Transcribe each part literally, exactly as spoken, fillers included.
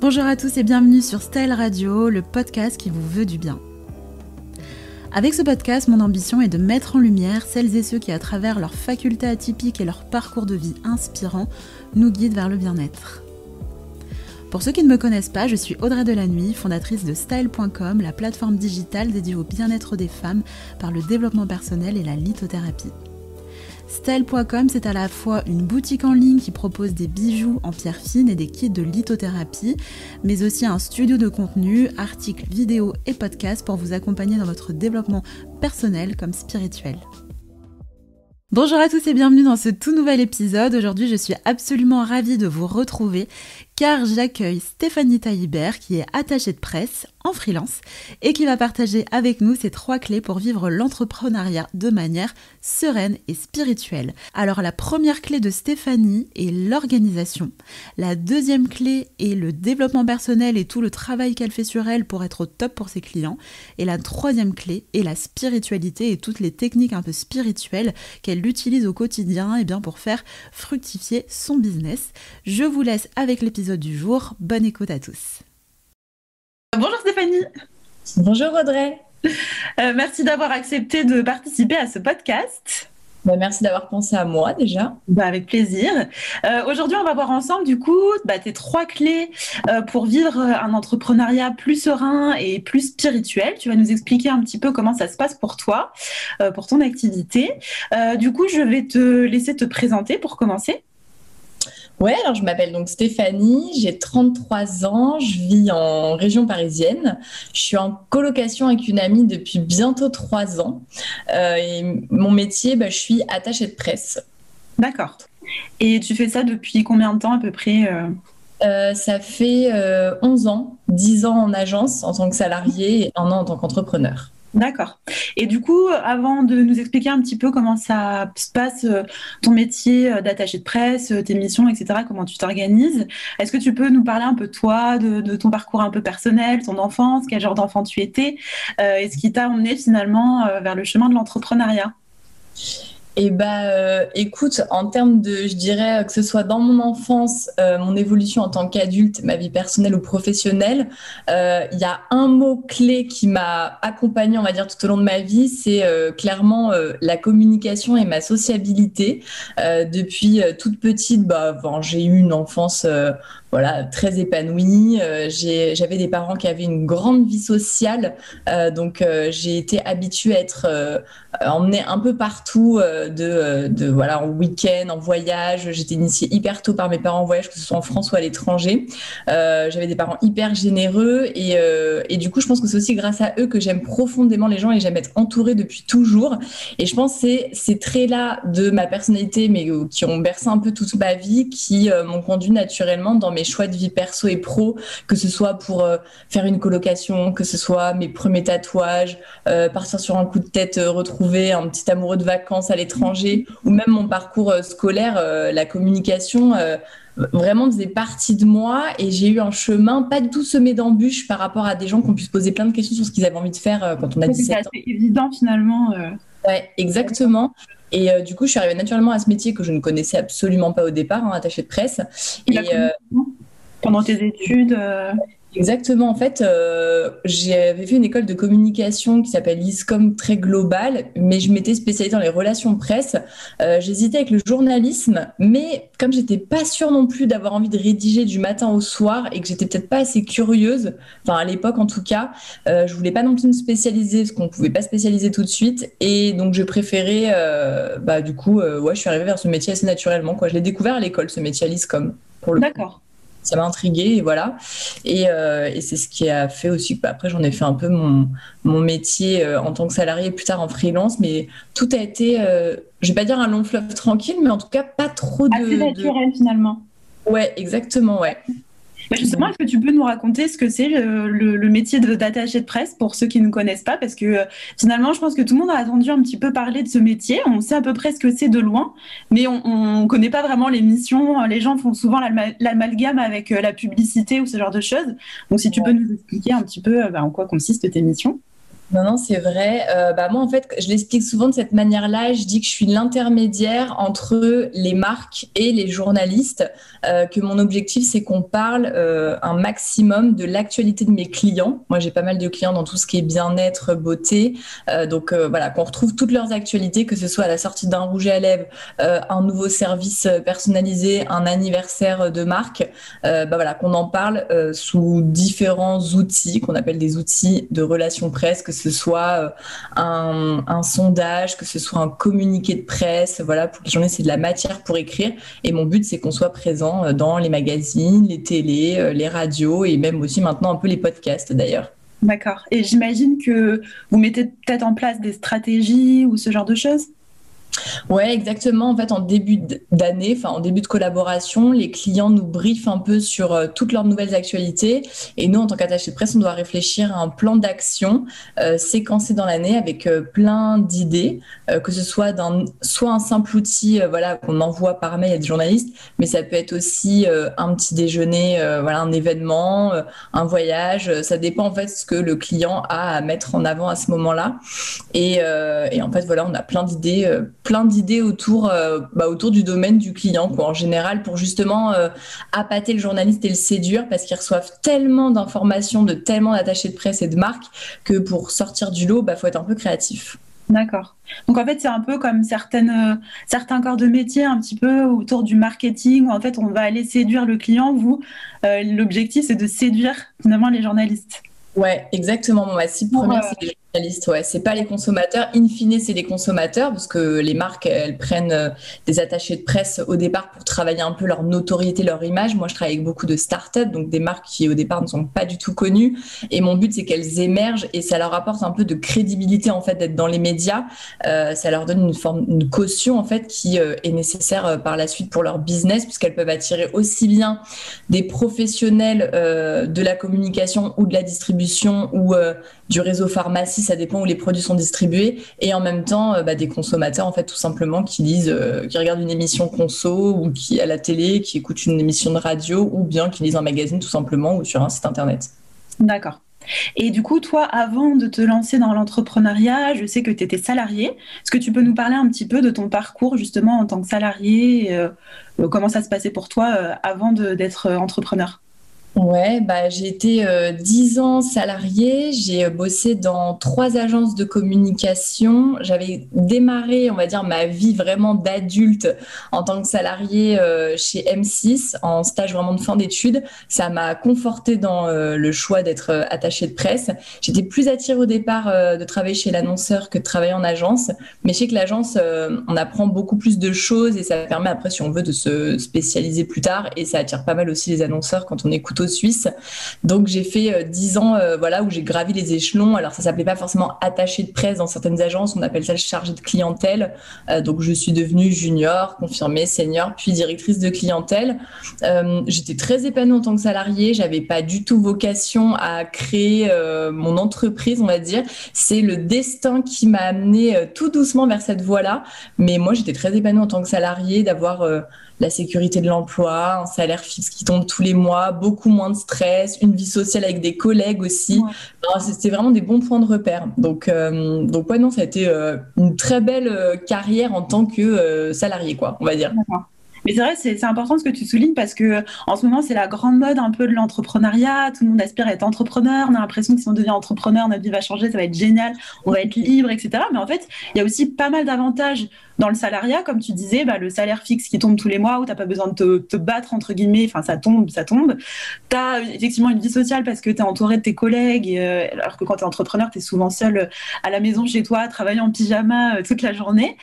Bonjour à tous et bienvenue sur Style Radio, le podcast qui vous veut du bien. Avec ce podcast, mon ambition est de mettre en lumière celles et ceux qui, à travers leurs facultés atypiques et leur parcours de vie inspirant, nous guident vers le bien-être. Pour ceux qui ne me connaissent pas, je suis Audrey Delannuy, fondatrice de Style point com, la plateforme digitale dédiée au bien-être des femmes par le développement personnel et la lithothérapie. Style point com, c'est à la fois une boutique en ligne qui propose des bijoux en pierre fine et des kits de lithothérapie, mais aussi un studio de contenu, articles, vidéos et podcasts pour vous accompagner dans votre développement personnel comme spirituel. Bonjour à tous et bienvenue dans ce tout nouvel épisode. Aujourd'hui, je suis absolument ravie de vous retrouver car j'accueille Stéphanie Taillibert qui est attachée de presse en freelance et qui va partager avec nous ses trois clés pour vivre l'entrepreneuriat de manière sereine et spirituelle. Alors la première clé de Stéphanie est l'organisation. La deuxième clé est le développement personnel et tout le travail qu'elle fait sur elle pour être au top pour ses clients. Et la troisième clé est la spiritualité et toutes les techniques un peu spirituelles qu'elle utilise au quotidien et bien pour faire fructifier son business. Je vous laisse avec l'épisode du jour. Bonne écoute à tous. Bonjour Stéphanie. Bonjour Audrey. Euh, merci d'avoir accepté de participer à ce podcast. Bah, merci d'avoir pensé à moi déjà. Bah, avec plaisir. Euh, aujourd'hui, on va voir ensemble du coup bah, tes trois clés euh, pour vivre un entrepreneuriat plus serein et plus spirituel. Tu vas nous expliquer un petit peu comment ça se passe pour toi, euh, pour ton activité. Euh, du coup, je vais te laisser te présenter pour commencer. Ouais, alors je m'appelle donc Stéphanie, j'ai trente-trois ans, je vis en région parisienne. Je suis en colocation avec une amie depuis bientôt trois ans. Euh, et mon métier, bah, je suis attachée de presse. D'accord. Et tu fais ça depuis combien de temps à peu près euh... Euh, ça fait euh, onze ans, dix ans en agence en tant que salarié et un an en tant qu'entrepreneur. D'accord. Et du coup, avant de nous expliquer un petit peu comment ça se passe, ton métier d'attaché de presse, tes missions, et cetera, comment tu t'organises, est-ce que tu peux nous parler un peu de toi, de, de ton parcours un peu personnel, ton enfance, quel genre d'enfant tu étais, euh, et ce qui t'a emmené finalement euh, vers le chemin de l'entrepreneuriat ? Et bah, euh, écoute, en termes de, je dirais que ce soit dans mon enfance, euh, mon évolution en tant qu'adulte, ma vie personnelle ou professionnelle, il euh, y a un mot clé qui m'a accompagnée, on va dire, tout au long de ma vie, c'est euh, clairement euh, la communication et ma sociabilité. Euh, depuis euh, toute petite, bah, bon, j'ai eu une enfance euh, voilà, très épanouie. Euh, j'ai, j'avais des parents qui avaient une grande vie sociale, euh, donc euh, j'ai été habituée à être euh, emmenée un peu partout. Euh, De, de voilà en week-end, en voyage. J'étais initiée hyper tôt par mes parents en voyage, que ce soit en France ou à l'étranger. Euh, j'avais des parents hyper généreux et, euh, et du coup, je pense que c'est aussi grâce à eux que j'aime profondément les gens et j'aime être entourée depuis toujours. Et je pense que c'est ces traits-là de ma personnalité, mais euh, qui ont bercé un peu toute ma vie, qui euh, m'ont conduit naturellement dans mes choix de vie perso et pro, que ce soit pour euh, faire une colocation, que ce soit mes premiers tatouages, euh, partir sur un coup de tête, euh, retrouver un petit amoureux de vacances à l'étranger, étranger, ou même mon parcours euh, scolaire, euh, la communication euh, vraiment faisait partie de moi et j'ai eu un chemin pas du tout semé d'embûches par rapport à des gens qui ont pu se poser plein de questions sur ce qu'ils avaient envie de faire euh, quand on a dix-sept ans. C'est assez évident finalement. Euh... Ouais, exactement. Et euh, du coup, je suis arrivée naturellement à ce métier que je ne connaissais absolument pas au départ, hein, attachée de presse. Et, et euh... pendant tes études euh... Exactement. En fait, euh, j'avais fait une école de communication qui s'appelle l'ISCOM, très globale, mais je m'étais spécialisée dans les relations presse. Euh, j'hésitais avec le journalisme, mais comme j'étais pas sûre non plus d'avoir envie de rédiger du matin au soir et que j'étais peut-être pas assez curieuse, enfin à l'époque en tout cas, euh, je voulais pas non plus me spécialiser parce qu'on pouvait pas spécialiser tout de suite, et donc je préférais, euh, bah du coup, euh, ouais, je suis arrivée vers ce métier assez naturellement, quoi. Je l'ai découvert à l'école, ce métier à l'ISCOM, pour le D'accord. coup. Ça m'a intriguée et voilà. Et, euh, et c'est ce qui a fait aussi que bah, après j'en ai fait un peu mon, mon métier euh, en tant que salarié, plus tard en freelance. Mais tout a été, euh, je vais pas dire un long fleuve tranquille, mais en tout cas pas trop de... Assez naturel de... finalement. Ouais, exactement, ouais. Bah justement, est-ce que tu peux nous raconter ce que c'est le, le, le métier de, d'attaché de presse pour ceux qui ne connaissent pas? Parce que euh, finalement, je pense que tout le monde a entendu un petit peu parler de ce métier. On sait à peu près ce que c'est de loin, mais on ne connaît pas vraiment les missions. Les gens font souvent l'alma- l'amalgame avec euh, la publicité ou ce genre de choses. Donc, si tu peux nous expliquer un petit peu euh, bah, en quoi consistent tes missions. Non, non, c'est vrai. Euh, bah, moi, en fait, je l'explique souvent de cette manière-là. Je dis que je suis l'intermédiaire entre les marques et les journalistes, euh, que mon objectif, c'est qu'on parle euh, un maximum de l'actualité de mes clients. Moi, j'ai pas mal de clients dans tout ce qui est bien-être, beauté. Euh, donc, euh, voilà, qu'on retrouve toutes leurs actualités, que ce soit à la sortie d'un rouge à lèvres, euh, un nouveau service personnalisé, un anniversaire de marque. Euh, bah, voilà, qu'on en parle euh, sous différents outils, qu'on appelle des outils de relations presse, que ce soit un, un sondage, que ce soit un communiqué de presse. Voilà, pour les journalistes, c'est de la matière pour écrire. Et mon but, c'est qu'on soit présent dans les magazines, les télés, les radios et même aussi maintenant un peu les podcasts d'ailleurs. D'accord. Et j'imagine que vous mettez peut-être en place des stratégies ou ce genre de choses? Ouais, exactement. En fait, en début d'année, enfin en début de collaboration, les clients nous briefent un peu sur euh, toutes leurs nouvelles actualités. Et nous, en tant qu'attaché de presse, on doit réfléchir à un plan d'action euh, séquencé dans l'année avec euh, plein d'idées, euh, que ce soit d'un, soit un simple outil, euh, voilà, qu'on envoie par mail à des journalistes, mais ça peut être aussi euh, un petit déjeuner, euh, voilà, un événement, euh, un voyage. Ça dépend en fait ce que le client a à mettre en avant à ce moment-là. Et, euh, et en fait, voilà, on a plein d'idées. Euh, plein d'idées autour, euh, bah, autour du domaine du client, quoi, en général, pour justement euh, appâter le journaliste et le séduire, parce qu'ils reçoivent tellement d'informations de tellement d'attachés de presse et de marques que pour sortir du lot, bah, faut être un peu créatif. D'accord. Donc en fait, c'est un peu comme certaines, euh, certains corps de métier, un petit peu autour du marketing, où en fait, on va aller séduire le client. Vous, euh, l'objectif, c'est de séduire finalement les journalistes. Ouais, exactement. Bon, ma cible Pour, première, euh, c'est les journalistes. Ouais, c'est pas les consommateurs. In fine, c'est les consommateurs parce que les marques, elles prennent euh, des attachés de presse au départ pour travailler un peu leur notoriété, leur image. Moi, je travaille avec beaucoup de startups, donc des marques qui au départ ne sont pas du tout connues. Et mon but, c'est qu'elles émergent et ça leur apporte un peu de crédibilité en fait d'être dans les médias. Euh, ça leur donne une forme, une caution en fait qui euh, est nécessaire euh, par la suite pour leur business puisqu'elles peuvent attirer aussi bien des professionnels euh, de la communication ou de la distribution ou euh, du réseau pharmacie, ça dépend où les produits sont distribués, et en même temps euh, bah, des consommateurs en fait tout simplement qui lisent, euh, qui regardent une émission conso ou qui à la télé, qui écoutent une émission de radio ou bien qui lisent un magazine tout simplement ou sur un site internet. D'accord. Et du coup, toi, avant de te lancer dans l'entrepreneuriat, je sais que tu étais salarié. Est-ce que tu peux nous parler un petit peu de ton parcours justement en tant que salarié, euh, comment ça se passait pour toi euh, avant de, d'être entrepreneur? Ouais, bah, j'ai été euh, dix ans salariée, j'ai euh, bossé dans trois agences de communication. J'avais démarré, on va dire, ma vie vraiment d'adulte en tant que salariée euh, chez M six, en stage vraiment de fin d'études. Ça m'a confortée dans euh, le choix d'être euh, attachée de presse. J'étais plus attirée au départ euh, de travailler chez l'annonceur que de travailler en agence, mais je sais que l'agence, euh, on apprend beaucoup plus de choses et ça permet après, si on veut, de se spécialiser plus tard, et ça attire pas mal aussi les annonceurs quand on écoute Suisse. Donc j'ai fait euh, dix ans euh, voilà, où j'ai gravi les échelons. Alors ça s'appelait pas forcément attaché de presse dans certaines agences, on appelle ça le chargé de clientèle. Euh, donc je suis devenue junior, confirmée, senior, puis directrice de clientèle. Euh, j'étais très épanouie en tant que salariée, j'avais pas du tout vocation à créer euh, mon entreprise, on va dire. C'est le destin qui m'a amenée euh, tout doucement vers cette voie-là. Mais moi j'étais très épanouie en tant que salariée d'avoir euh, la sécurité de l'emploi, un salaire fixe qui tombe tous les mois, beaucoup moins de stress, une vie sociale avec des collègues aussi. Ouais. Alors, c'était vraiment des bons points de repère. Donc, euh, donc ouais, non, ça a été euh, une très belle euh, carrière en tant que euh, salarié, quoi, on va dire. D'accord. Mais c'est vrai, c'est, c'est important ce que tu soulignes parce que en ce moment, c'est la grande mode un peu de l'entrepreneuriat. Tout le monde aspire à être entrepreneur. On a l'impression que si on devient entrepreneur, notre vie va changer, ça va être génial, on va être libre, et cetera. Mais en fait, il y a aussi pas mal d'avantages dans le salariat. Comme tu disais, bah, le salaire fixe qui tombe tous les mois où tu n'as pas besoin de te, te battre, entre guillemets. Enfin, ça tombe, ça tombe. Tu as effectivement une vie sociale parce que tu es entouré de tes collègues. Et, euh, alors que quand tu es entrepreneur, tu es souvent seul à la maison chez toi, travaillant en pyjama euh, toute la journée.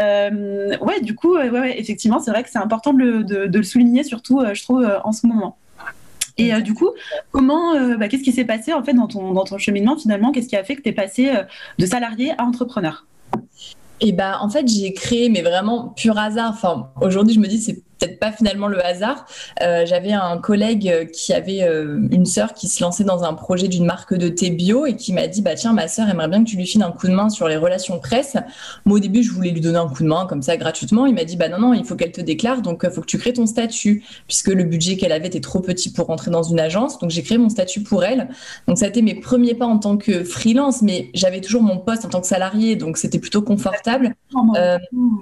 Euh, ouais, du coup, ouais, ouais, effectivement, c'est vrai que c'est important important de le, de, de le souligner, surtout, euh, je trouve, euh, en ce moment. Et euh, du coup, comment, euh, bah, qu'est-ce qui s'est passé en fait dans ton, dans ton cheminement finalement? Qu'est-ce qui a fait que tu es passé euh, de salarié à entrepreneur? Et bah, en fait, j'ai créé, mais vraiment pur hasard. Enfin, aujourd'hui, je me dis, c'est peut-être pas finalement le hasard. Euh, j'avais un collègue qui avait euh, une sœur qui se lançait dans un projet d'une marque de thé bio et qui m'a dit bah tiens, ma sœur aimerait bien que tu lui files un coup de main sur les relations presse. Moi au début je voulais lui donner un coup de main comme ça gratuitement. Il m'a dit bah non non, il faut qu'elle te déclare, donc il faut que tu crées ton statut puisque le budget qu'elle avait était trop petit pour rentrer dans une agence. Donc j'ai créé mon statut pour elle. Donc ça a été mes premiers pas en tant que freelance, mais j'avais toujours mon poste en tant que salarié, donc c'était plutôt confortable. Euh,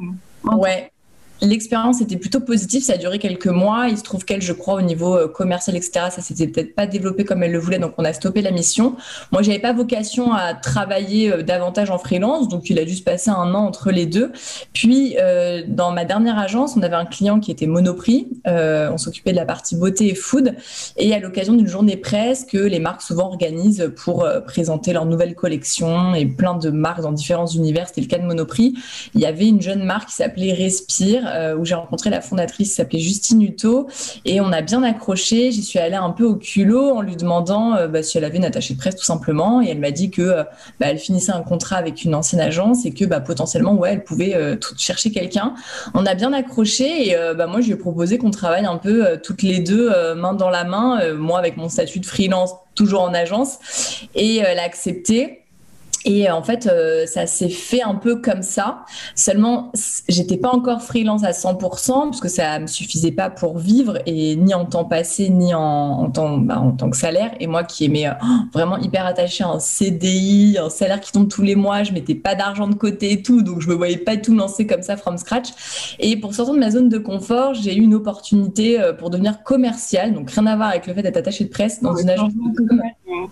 ouais. L'expérience était plutôt positive, ça a duré quelques mois. Il se trouve qu'elle, je crois, au niveau euh, commercial, et cetera, ça s'était peut-être pas développé comme elle le voulait, donc on a stoppé la mission. Moi, j'avais pas vocation à travailler euh, davantage en freelance, donc il a dû se passer un an entre les deux. Puis, euh, dans ma dernière agence, on avait un client qui était Monoprix. Euh, on s'occupait de la partie beauté et food. Et à l'occasion d'une journée presse que les marques souvent organisent pour euh, présenter leurs nouvelles collections et plein de marques dans différents univers, c'était le cas de Monoprix, il y avait une jeune marque qui s'appelait Respire, Euh, où j'ai rencontré la fondatrice qui s'appelait Justine Hutto et on a bien accroché. J'y suis allée un peu au culot en lui demandant euh, bah, si elle avait une attachée de presse tout simplement et elle m'a dit que euh, bah, elle finissait un contrat avec une ancienne agence et que bah, potentiellement ouais, elle pouvait euh, tout chercher quelqu'un. On a bien accroché et euh, bah, moi je lui ai proposé qu'on travaille un peu euh, toutes les deux euh, main dans la main, euh, moi avec mon statut de freelance toujours en agence et euh, elle a accepté. Et en fait, euh, ça s'est fait un peu comme ça. Seulement, j'étais pas encore freelance à cent pour cent parce que ça me suffisait pas pour vivre et ni en temps passé ni en, en temps bah, en tant que salaire. Et moi qui aimais euh, vraiment hyper attachée à un C D I, un salaire qui tombe tous les mois, je mettais pas d'argent de côté et tout, donc je me voyais pas du tout me lancer comme ça from scratch. Et pour sortir de ma zone de confort, j'ai eu une opportunité euh, pour devenir commerciale, donc rien à voir avec le fait d'être attachée de presse dans une agence de com.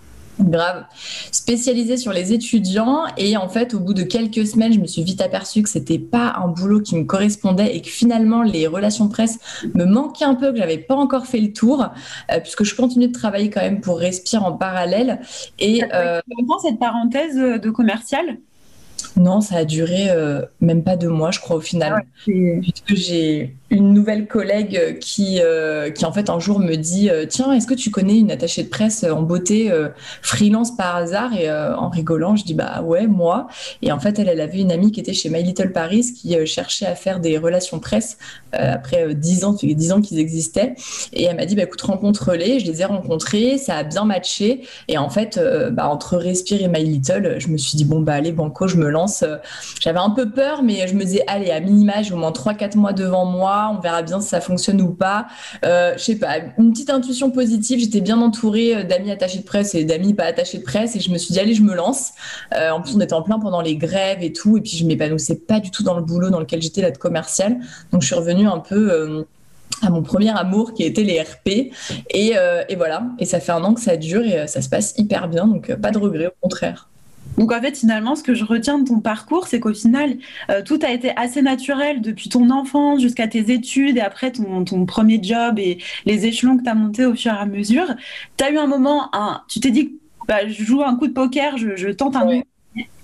Grave, spécialisée sur les étudiants et en fait au bout de quelques semaines je me suis vite aperçue que c'était pas un boulot qui me correspondait et que finalement les relations presse me manquaient un peu, que j'avais pas encore fait le tour euh, puisque je continue de travailler quand même pour Respire en parallèle. Et euh... cette parenthèse de commercial? Non, ça a duré euh, même pas deux mois, je crois, au final. Ah ouais, puisque j'ai une nouvelle collègue qui, euh, qui en fait, un jour me dit euh, tiens, est-ce que tu connais une attachée de presse en beauté euh, freelance par hasard? Et euh, en rigolant, je dis bah ouais, moi. Et en fait, elle, elle avait une amie qui était chez My Little Paris qui euh, cherchait à faire des relations presse euh, après dix ans, ça fait dix ans qu'ils existaient. Et elle m'a dit bah écoute, rencontre-les. Je les ai rencontrés, ça a bien matché. Et en fait, euh, bah, entre Respire et My Little, je me suis dit bon bah allez, banco, je me lance. J'avais un peu peur, mais je me disais, allez, à minima, j'ai au moins trois quatre mois devant moi, on verra bien si ça fonctionne ou pas. Euh, je sais pas, une petite intuition positive, j'étais bien entourée d'amis attachés de presse et d'amis pas attachés de presse, et je me suis dit, allez, je me lance. Euh, en plus, on était en plein pendant les grèves et tout, et puis je m'épanouissais pas du tout dans le boulot dans lequel j'étais, là, de commercial. Donc, je suis revenue un peu... Euh, à mon premier amour qui était les R P et, euh, et voilà, et ça fait un an que ça dure et euh, ça se passe hyper bien, donc euh, pas de regret, au contraire. Donc en fait, finalement, ce que je retiens de ton parcours, c'est qu'au final, euh, tout a été assez naturel depuis ton enfance jusqu'à tes études et après ton, ton premier job et les échelons que tu as montés au fur et à mesure. Tu as eu un moment, un, tu t'es dit, bah, je joue un coup de poker, je, je tente un... Ouais.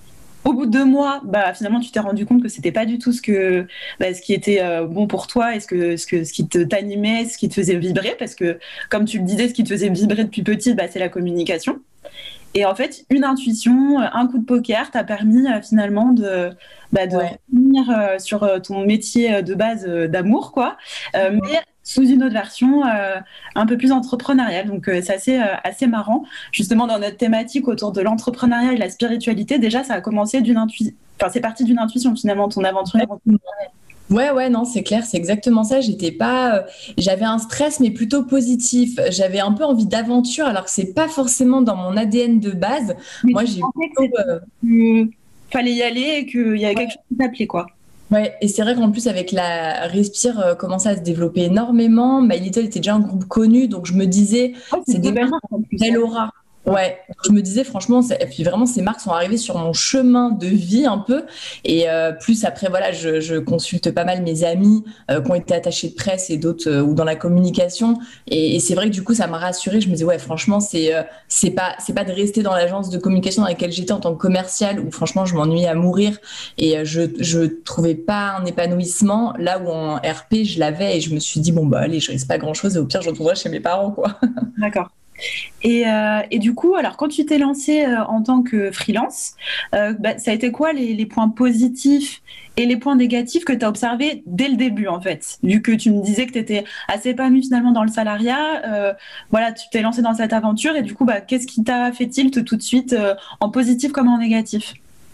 Au bout de deux mois, bah, finalement, tu t'es rendu compte que c'était pas du tout ce, que, bah, ce qui était euh, bon pour toi et ce, que, ce, que, ce qui te, t'animait, ce qui te faisait vibrer. Parce que, comme tu le disais, ce qui te faisait vibrer depuis petit, bah, c'est la communication. Et en fait, une intuition, un coup de poker t'a permis euh, finalement de, bah, de ouais. revenir euh, sur euh, ton métier de base euh, d'amour, quoi, euh, ouais. mais sous une autre version euh, un peu plus entrepreneuriale. Donc, euh, c'est assez, euh, assez marrant. Justement, dans notre thématique autour de l'entrepreneuriat et de la spiritualité, déjà, ça a commencé d'une intuition. Enfin, c'est parti d'une intuition, finalement, ton aventure. Ouais. Ouais, ouais, non, c'est clair, c'est exactement ça. J'étais pas, euh, j'avais un stress, mais plutôt positif. J'avais un peu envie d'aventure, alors que c'est pas forcément dans mon A D N de base. Mais moi, j'ai plutôt, euh... qu'il fallait y aller et qu'il y avait ouais. quelque chose qui t'appelait, quoi. Ouais, et c'est vrai qu'en plus, avec la Respire, euh, commençait à se développer énormément. My Little était déjà un groupe connu, donc je me disais, oh, c'est, c'est des belles belle aura. Ouais, je me disais franchement, et puis vraiment ces marques sont arrivées sur mon chemin de vie un peu, et euh, plus après voilà, je, je consulte pas mal mes amis euh, qui ont été attachés de presse et d'autres euh, ou dans la communication, et, et c'est vrai que du coup ça m'a rassurée. Je me disais ouais franchement c'est euh, c'est pas c'est pas de rester dans l'agence de communication dans laquelle j'étais en tant que commerciale où franchement je m'ennuyais à mourir et euh, je je trouvais pas un épanouissement là où en R P je l'avais et je me suis dit bon bah allez je risque pas grand chose et au pire je retournerai chez mes parents quoi. D'accord. Et, euh, et du coup, alors quand tu t'es lancée euh, en tant que freelance, euh, bah, ça a été quoi les, les points positifs et les points négatifs que tu as observés dès le début en fait? Vu que tu me disais que tu étais assez épanouie finalement dans le salariat, euh, voilà, tu t'es lancée dans cette aventure et du coup, bah, qu'est-ce qui t'a fait tilt tout de suite euh, en positif comme en négatif?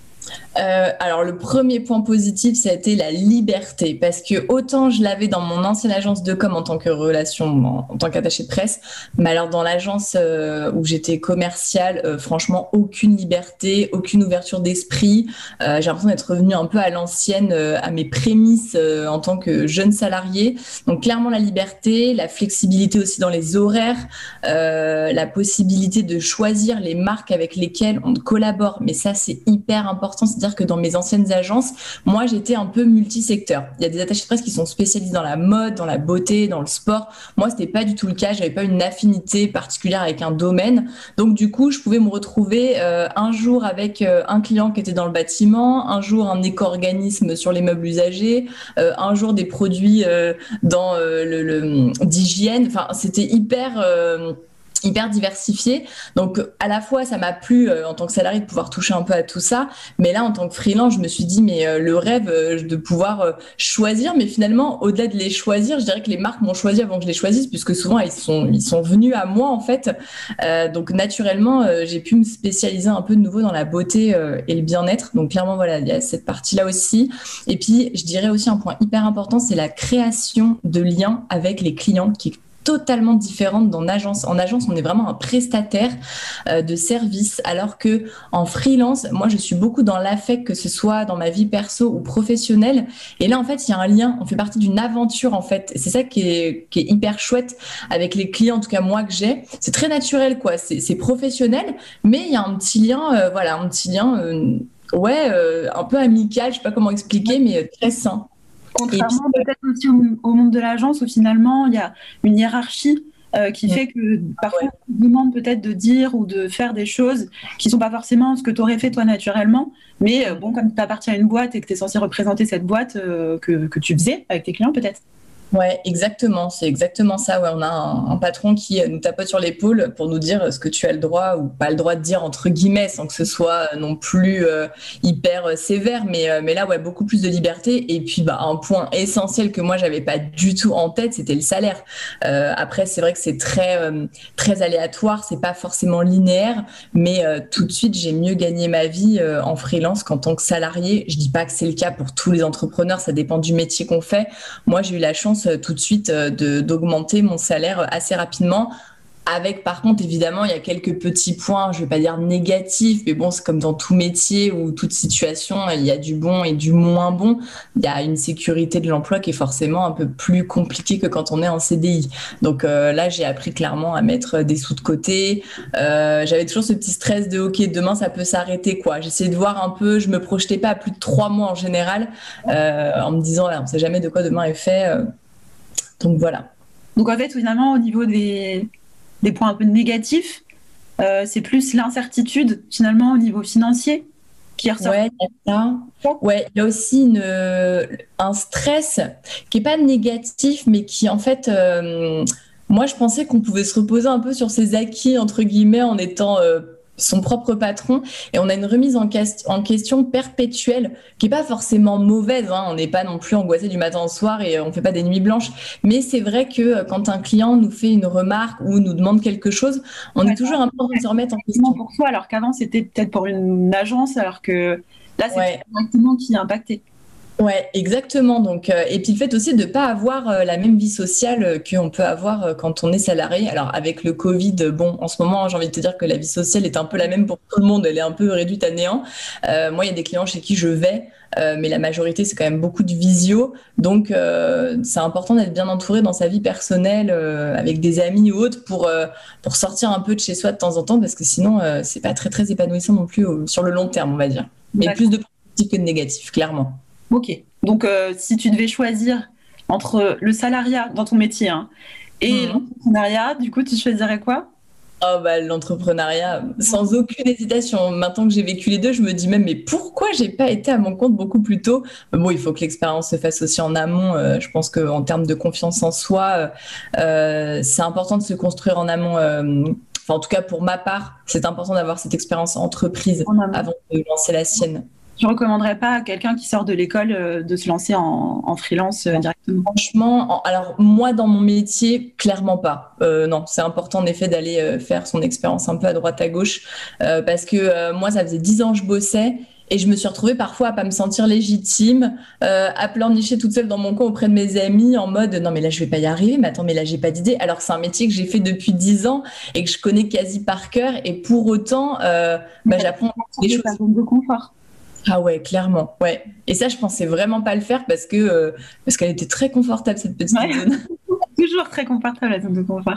Euh, alors le premier point positif, ça a été la liberté, parce que autant je l'avais dans mon ancienne agence de com en tant que relation, en, en tant qu'attaché de presse, mais alors dans l'agence euh, où j'étais commerciale, euh, franchement aucune liberté, aucune ouverture d'esprit. Euh, j'ai l'impression d'être revenue un peu à l'ancienne, euh, à mes prémices euh, en tant que jeune salarié. Donc clairement la liberté, la flexibilité aussi dans les horaires, euh, la possibilité de choisir les marques avec lesquelles on collabore, mais ça c'est hyper important. C'est-à-dire que dans mes anciennes agences, moi, j'étais un peu multisecteur. Il y a des attachés de presse qui sont spécialisés dans la mode, dans la beauté, dans le sport. Moi, c'était pas du tout le cas. J'avais pas une affinité particulière avec un domaine. Donc, du coup, je pouvais me retrouver euh, un jour avec euh, un client qui était dans le bâtiment, un jour un éco-organisme sur les meubles usagés, euh, un jour des produits euh, dans euh, le, le d'hygiène. Enfin, c'était hyper euh, hyper diversifié. Donc, à la fois, ça m'a plu euh, en tant que salarié de pouvoir toucher un peu à tout ça. Mais là, en tant que freelance, je me suis dit, mais euh, le rêve euh, de pouvoir euh, choisir. Mais finalement, au-delà de les choisir, je dirais que les marques m'ont choisi avant que je les choisisse, puisque souvent, ils sont, ils sont venus à moi, en fait. Euh, donc, naturellement, euh, j'ai pu me spécialiser un peu de nouveau dans la beauté euh, et le bien-être. Donc, clairement, voilà, il y a cette partie-là aussi. Et puis, je dirais aussi un point hyper important, c'est la création de liens avec les clients qui est totalement différente d'en agence. En agence, on est vraiment un prestataire euh, de service, alors que en freelance, moi, je suis beaucoup dans l'affect, que ce soit dans ma vie perso ou professionnelle. Et là, en fait, il y a un lien. On fait partie d'une aventure, en fait. Et c'est ça qui est, qui est hyper chouette avec les clients, en tout cas moi que j'ai. C'est très naturel, quoi. C'est, c'est professionnel, mais il y a un petit lien, euh, voilà, un petit lien, euh, ouais, euh, un peu amical. Je sais pas comment expliquer, mais euh, très sain. Et puis, Contrairement peut-être aussi au, au monde de l'agence où finalement il y a une hiérarchie euh, qui fait que parfois ouais. on te demande peut-être de dire ou de faire des choses qui sont pas forcément ce que tu aurais fait toi naturellement. Mais euh, bon, comme tu appartiens à une boîte et que tu es censé représenter cette boîte euh, que, que tu faisais avec tes clients peut-être. Ouais, exactement. C'est exactement ça. Ouais, on a un, un patron qui nous tapote sur l'épaule pour nous dire ce que tu as le droit ou pas le droit de dire, entre guillemets, sans que ce soit non plus euh, hyper euh, sévère. Mais, euh, mais là, ouais, beaucoup plus de liberté. Et puis, bah, un point essentiel que moi, j'avais pas du tout en tête, c'était le salaire. Euh, après, c'est vrai que c'est très, euh, très aléatoire. C'est pas forcément linéaire. Mais euh, tout de suite, j'ai mieux gagné ma vie euh, en freelance qu'en tant que salarié. Je dis pas que c'est le cas pour tous les entrepreneurs. Ça dépend du métier qu'on fait. Moi, j'ai eu la chance tout de suite de, d'augmenter mon salaire assez rapidement. Avec, par contre, évidemment, il y a quelques petits points, je ne vais pas dire négatifs, mais bon, c'est comme dans tout métier ou toute situation, il y a du bon et du moins bon. Il y a une sécurité de l'emploi qui est forcément un peu plus compliquée que quand on est en C D I. Donc euh, là, j'ai appris clairement à mettre des sous de côté. Euh, j'avais toujours ce petit stress de, OK, demain, ça peut s'arrêter, quoi. J'essayais de voir un peu, je ne me projetais pas à plus de trois mois en général, euh, en me disant, là, on ne sait jamais de quoi demain est fait. Euh, donc voilà. Donc en fait finalement au niveau des, des points un peu négatifs, euh, c'est plus l'incertitude finalement au niveau financier qui ressort. Ouais, il y a ça. Ouais, il y a aussi une, un stress qui n'est pas négatif, mais qui en fait, euh, moi je pensais qu'on pouvait se reposer un peu sur ses acquis, entre guillemets, en étant euh, son propre patron. Et on a une remise en, quest- en question perpétuelle qui n'est pas forcément mauvaise. Hein. On n'est pas non plus angoissé du matin au soir et on ne fait pas des nuits blanches. Mais c'est vrai que quand un client nous fait une remarque ou nous demande quelque chose, on Ouais, est toujours un peu en train de se remettre en question. directement pour soi, alors qu'avant c'était peut-être pour une agence, alors que là c'est Ouais. directement qui est impacté. Ouais, exactement. Donc, euh, et puis le fait aussi de ne pas avoir euh, la même vie sociale euh, qu'on peut avoir euh, quand on est salarié. Alors avec le Covid, euh, bon, en ce moment, j'ai envie de te dire que la vie sociale est un peu la même pour tout le monde. Elle est un peu réduite à néant. Euh, moi, il y a des clients chez qui je vais, euh, mais la majorité, c'est quand même beaucoup de visio. Donc, euh, c'est important d'être bien entouré dans sa vie personnelle, euh, avec des amis ou autres, pour, euh, pour sortir un peu de chez soi de temps en temps, parce que sinon, euh, c'est pas très, très épanouissant non plus au- sur le long terme, on va dire. Mais D'accord. plus de positif que de négatif, clairement. Ok. Donc euh, si tu devais choisir entre le salariat dans ton métier hein, et Mhm. l'entrepreneuriat, du coup tu choisirais quoi? Oh bah, l'entrepreneuriat, sans aucune hésitation. Maintenant que j'ai vécu les deux, je me dis même, mais pourquoi j'ai pas été à mon compte beaucoup plus tôt? Bon, il faut que l'expérience se fasse aussi en amont. Euh, je pense qu'en termes de confiance en soi, euh, euh, c'est important de se construire en amont. Euh, enfin, en tout cas pour ma part, c'est important d'avoir cette expérience entreprise avant de lancer la sienne. Tu recommanderais pas à quelqu'un qui sort de l'école euh, de se lancer en, en freelance euh, directement? Franchement, en, alors moi dans mon métier, clairement pas. Euh, non, c'est important en effet d'aller euh, faire son expérience un peu à droite à gauche euh, parce que euh, moi ça faisait dix ans que je bossais et je me suis retrouvée parfois à pas me sentir légitime, euh, à pleurnicher toute seule dans mon coin auprès de mes amis en mode non mais là je vais pas y arriver, mais attends mais là j'ai pas d'idée. Alors que c'est un métier que j'ai fait depuis dix ans et que je connais quasi par cœur et pour autant, euh, bah, j'apprends des choses. Ta zone de confort. Ah ouais, clairement, ouais. Et ça, je pensais vraiment pas le faire parce que euh, parce qu'elle était très confortable cette petite ouais. zone. Toujours très confortable la zone de confort.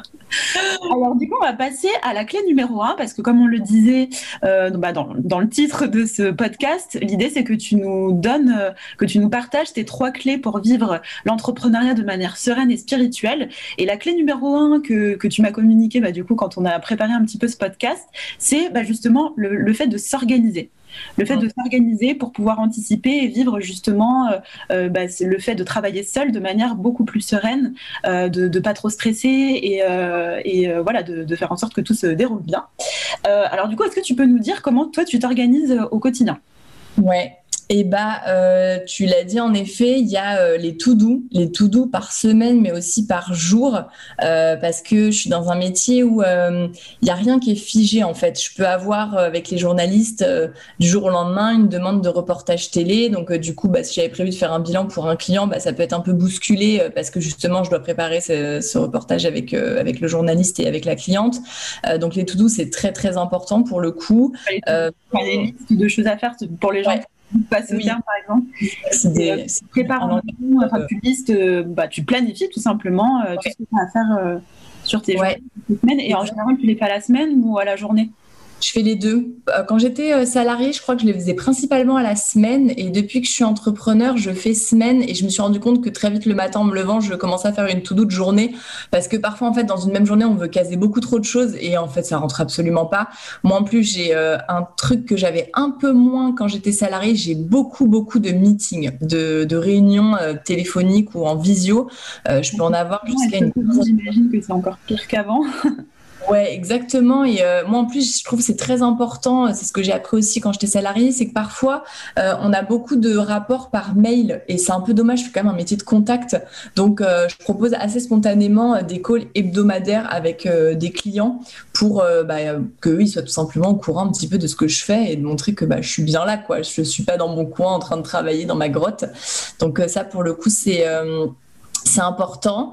Alors du coup, on va passer à la clé numéro un parce que comme on le disait euh, bah, dans, dans le titre de ce podcast, l'idée c'est que tu nous donnes, euh, que tu nous partages tes trois clés pour vivre l'entrepreneuriat de manière sereine et spirituelle. Et la clé numéro un que, que tu m'as communiquée bah, du coup quand on a préparé un petit peu ce podcast, c'est bah, justement le, le fait de s'organiser. Le fait de s'organiser pour pouvoir anticiper et vivre justement euh, euh, bah, c'est le fait de travailler seul de manière beaucoup plus sereine, euh, de ne pas trop stresser et, euh, et euh, voilà, de, de faire en sorte que tout se déroule bien. Euh, alors du coup, est-ce que tu peux nous dire comment toi tu t'organises au quotidien? Ouais. Et bah, euh, tu l'as dit en effet, il y a euh, les to-do, les to-do par semaine, mais aussi par jour, euh, parce que je suis dans un métier où euh, il n'y a rien qui est figé en fait. Je peux avoir euh, avec les journalistes euh, du jour au lendemain une demande de reportage télé, donc euh, du coup, bah, si j'avais prévu de faire un bilan pour un client, bah, ça peut être un peu bousculé euh, parce que justement, je dois préparer ce, ce reportage avec euh, avec le journaliste et avec la cliente. Euh, donc les to-do, c'est très très important pour le coup. Euh, les listes de choses à faire pour les gens. Ouais. Passer au oui. terme, par exemple. C'est des, tu prépares un tout, enfin, tu listes, euh, bah, tu planifies tout simplement euh, ouais. tout ce que tu as à faire euh, sur tes ouais. semaines. Et en général, tu les fais à la semaine ou à la journée? Je fais les deux. Quand j'étais salariée, je crois que je les faisais principalement à la semaine. Et depuis que je suis entrepreneur, je fais semaine. Et je me suis rendu compte que très vite le matin, en me levant, je commençais à faire une to-do de journée. Parce que parfois, en fait, dans une même journée, on veut caser beaucoup trop de choses. Et en fait, ça rentre absolument pas. Moi, en plus, j'ai euh, un truc que j'avais un peu moins quand j'étais salariée. J'ai beaucoup, beaucoup de meetings, de, de réunions euh, téléphoniques ou en visio. Euh, je peux en avoir jusqu'à une... J'imagine que c'est encore pire qu'avant. Ouais, exactement. Et euh, moi, en plus, je trouve que c'est très important. C'est ce que j'ai appris aussi quand j'étais salariée, c'est que parfois, euh, on a beaucoup de rapports par mail et c'est un peu dommage. Je fais quand même un métier de contact, donc euh, je propose assez spontanément des calls hebdomadaires avec euh, des clients pour euh, bah, qu'eux ils soient tout simplement au courant un petit peu de ce que je fais et de montrer que bah, je suis bien là, quoi. Je suis pas dans mon coin en train de travailler dans ma grotte. Donc euh, ça, pour le coup, c'est euh, c'est important.